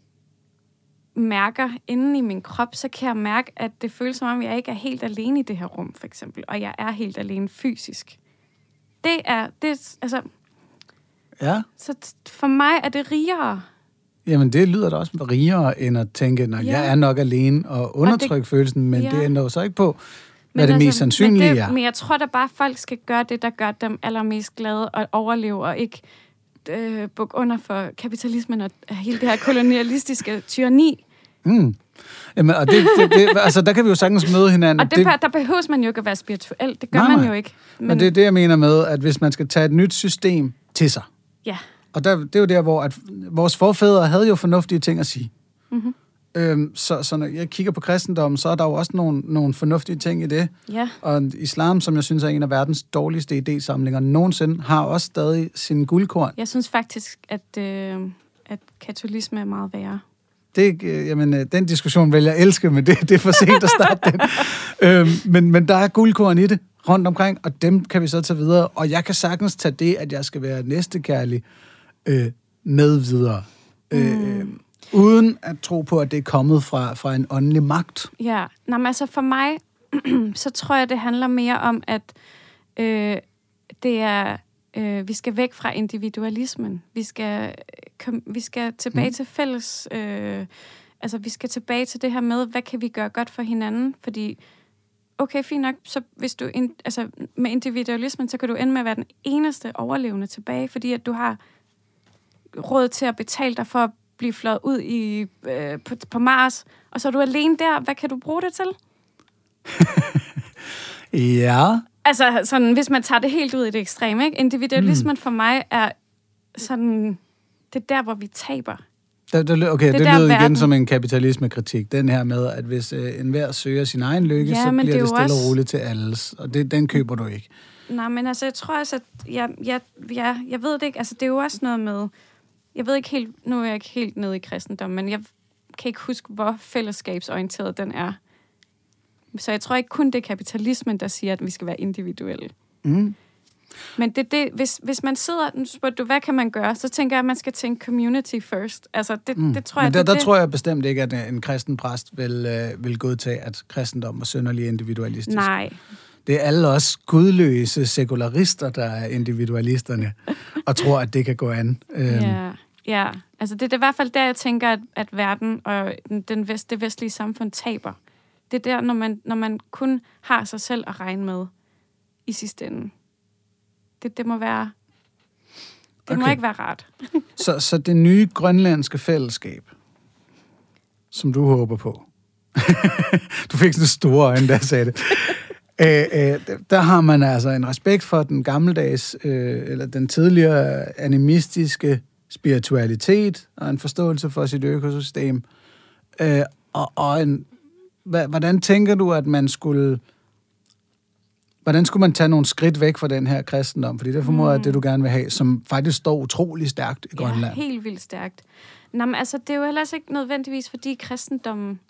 mærker inde i min krop, så kan jeg mærke, at det føles som om, jeg ikke er helt alene i det her rum, for eksempel, og jeg er helt alene fysisk. Det er, det altså... Ja. Så t- for mig er det rigere. Jamen, det lyder da også rigere, end at tænke, at ja. jeg er nok alene og undertrykke følelsen, men ja. det ændrer jo så ikke på, hvad men det altså, mest sandsynlige men det, er. Men jeg tror da bare, at folk skal gøre det, der gør dem allermest glade og overleve, og ikke øh, bukke under for kapitalismen og hele det her kolonialistiske tyranni. Mm. Jamen, og det, det, det, altså, der kan vi jo sagtens møde hinanden. Og det, det, der behøves man jo ikke at være spirituel. Det gør nej, man nej. jo ikke. Men... Og det er det, jeg mener med, at hvis man skal tage et nyt system til sig, ja. og der, det er jo der, hvor at vores forfædre havde jo fornuftige ting at sige. Mm-hmm. Øhm, så, så når jeg kigger på kristendommen, så er der jo også nogle, nogle fornuftige ting i det. Ja. Og islam, som jeg synes er en af verdens dårligste idésamlinger nogensinde, har også stadig sin guldkorn. Jeg synes faktisk, at, øh, at katolisme er meget værre. Det, øh, jamen, den diskussion vil jeg elske, men det, det er for sent at starte den. øhm, men, men der er guldkorn i det rundt omkring, og dem kan vi så tage videre. Og jeg kan sagtens tage det, at jeg skal være næstekærlig øh, med videre. Mm. Øh, uden at tro på, at det er kommet fra, fra en åndelig magt. Ja, nå, men altså for mig, så tror jeg, det handler mere om, at øh, det er, øh, vi skal væk fra individualismen. Vi skal, kom, vi skal tilbage mm. til fælles, øh, altså vi skal tilbage til det her med, hvad kan vi gøre godt for hinanden? Fordi, okay, fint nok, så hvis du, in, altså med individualismen, så kan du ende med at være den eneste overlevende tilbage, fordi at du har råd til at betale dig for at blive fløjet ud i, øh, på, på Mars, og så er du alene der. Hvad kan du bruge det til? ja. Altså, sådan, hvis man tager det helt ud i det ekstreme, ikke? Individualismen mm. for mig er sådan, det er der, hvor vi taber. Det, det, okay, det, det lyder igen som en kapitalismekritik. Den her med, at hvis øh, enhver søger sin egen lykke, ja, så bliver det, det stille også... og roligt til alles. Og det, den køber du ikke. Nej, men altså, jeg tror også, at jeg, jeg, jeg, jeg ved det ikke. Altså, det er jo også noget med... Jeg ved ikke helt... Nu er jeg ikke helt nede i kristendom, men jeg kan ikke huske, hvor fællesskabsorienteret den er. Så jeg tror ikke kun det er kapitalismen, der siger, at vi skal være individuelle. Mm. Men det, det, hvis, hvis man sidder... Nu spørger du, hvad kan man gøre? Så tænker jeg, at man skal tænke community first. Altså, det, mm. det tror jeg... Men der, det, der det... tror jeg bestemt ikke, at en kristen præst vil, øh, vil godtage, at kristendom er synderlig individualistisk. Nej. Det er alle også gudløse sekularister, der er individualisterne, og tror, at det kan gå an. Øhm. Ja, ja. Altså det, det er i hvert fald der, jeg tænker, at, at verden og den vest, det vestlige samfund taber. Det er der, når man, når man kun har sig selv at regne med i sidste ende. Det, det må være... Det okay. må ikke være rart. så, så det nye grønlandske fællesskab, som du håber på. Du fik sådan store øjne, da jeg sagde det. Æ, øh, der har man altså en respekt for den gammeldags, øh, eller den tidligere animistiske spiritualitet, og en forståelse for sit økosystem. Øh, og, og en, hvordan tænker du, at man skulle... Hvordan skulle man tage nogle skridt væk fra den her kristendom? Fordi det formoder jeg, mm. det du gerne vil have, som faktisk står utrolig stærkt i Grønland. Ja, helt vildt stærkt. Nå, men altså, det er jo ellers ikke nødvendigvis, fordi kristendommen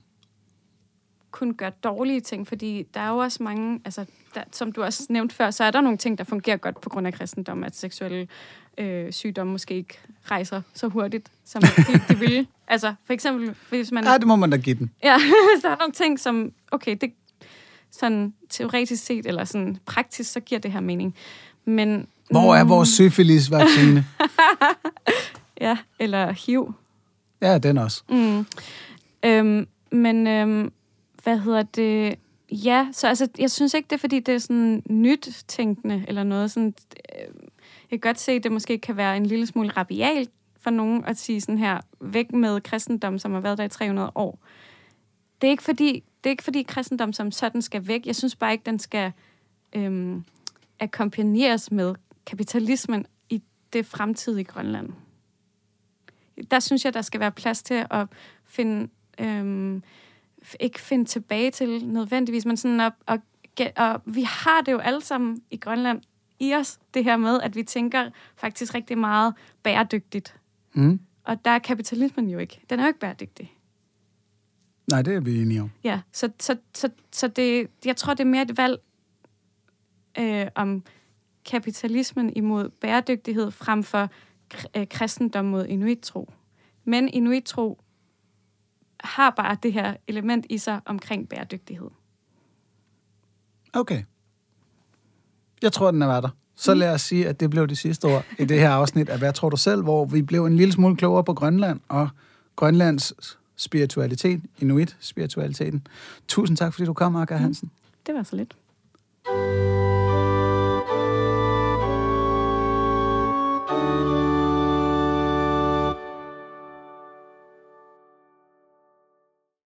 kun gør dårlige ting, fordi der er jo også mange, altså, der, som du også nævnte før, så er der nogle ting, der fungerer godt på grund af kristendom, at seksuelle øh, sygdomme måske ikke rejser så hurtigt, som de, de vil. Altså, for eksempel, hvis man... Ja, det må man da give den. Ja, der er nogle ting, som, okay, det sådan teoretisk set, eller sådan praktisk, så giver det her mening. Men... Hvor er vores syfilis-vaccine? Ja, eller H I V. Ja, den også. Mm. Øhm, men... Øhm, Hvad hedder det? Ja, så altså, jeg synes ikke, det er, fordi det er sådan nyt tænkende eller noget. Sådan, øh, jeg kan godt se, at det måske kan være en lille smule rabialt for nogen at sige sådan her, væk med kristendom, som har været der i tre hundrede år. Det er ikke fordi, det er ikke fordi kristendom som sådan skal væk. Jeg synes bare ikke, den skal øhm, akkompagneres med kapitalismen i det fremtidige Grønland. Der synes jeg, der skal være plads til at finde... Øhm, ikke finde tilbage til nødvendigvis, men sådan at, at, at, at vi har det jo alle sammen i Grønland i os, det her med, at vi tænker faktisk rigtig meget bæredygtigt. Mm. Og der er kapitalismen jo ikke. Den er jo ikke bæredygtig. Nej, det er vi enige om. Ja, så, så, så, så det, jeg tror, det er mere et valg øh, om kapitalismen imod bæredygtighed frem for øh, kristendom mod inuittro. Men inuittro har bare det her element i sig omkring bæredygtighed. Okay. Jeg tror, den er været der. Så lad os sige, at det blev det sidste ord i det her afsnit af Hvad tror du selv?, hvor vi blev en lille smule klogere på Grønland og Grønlands spiritualitet, inuit-spiritualiteten. Tusind tak, fordi du kom, Aka Hansen. Det var så lidt.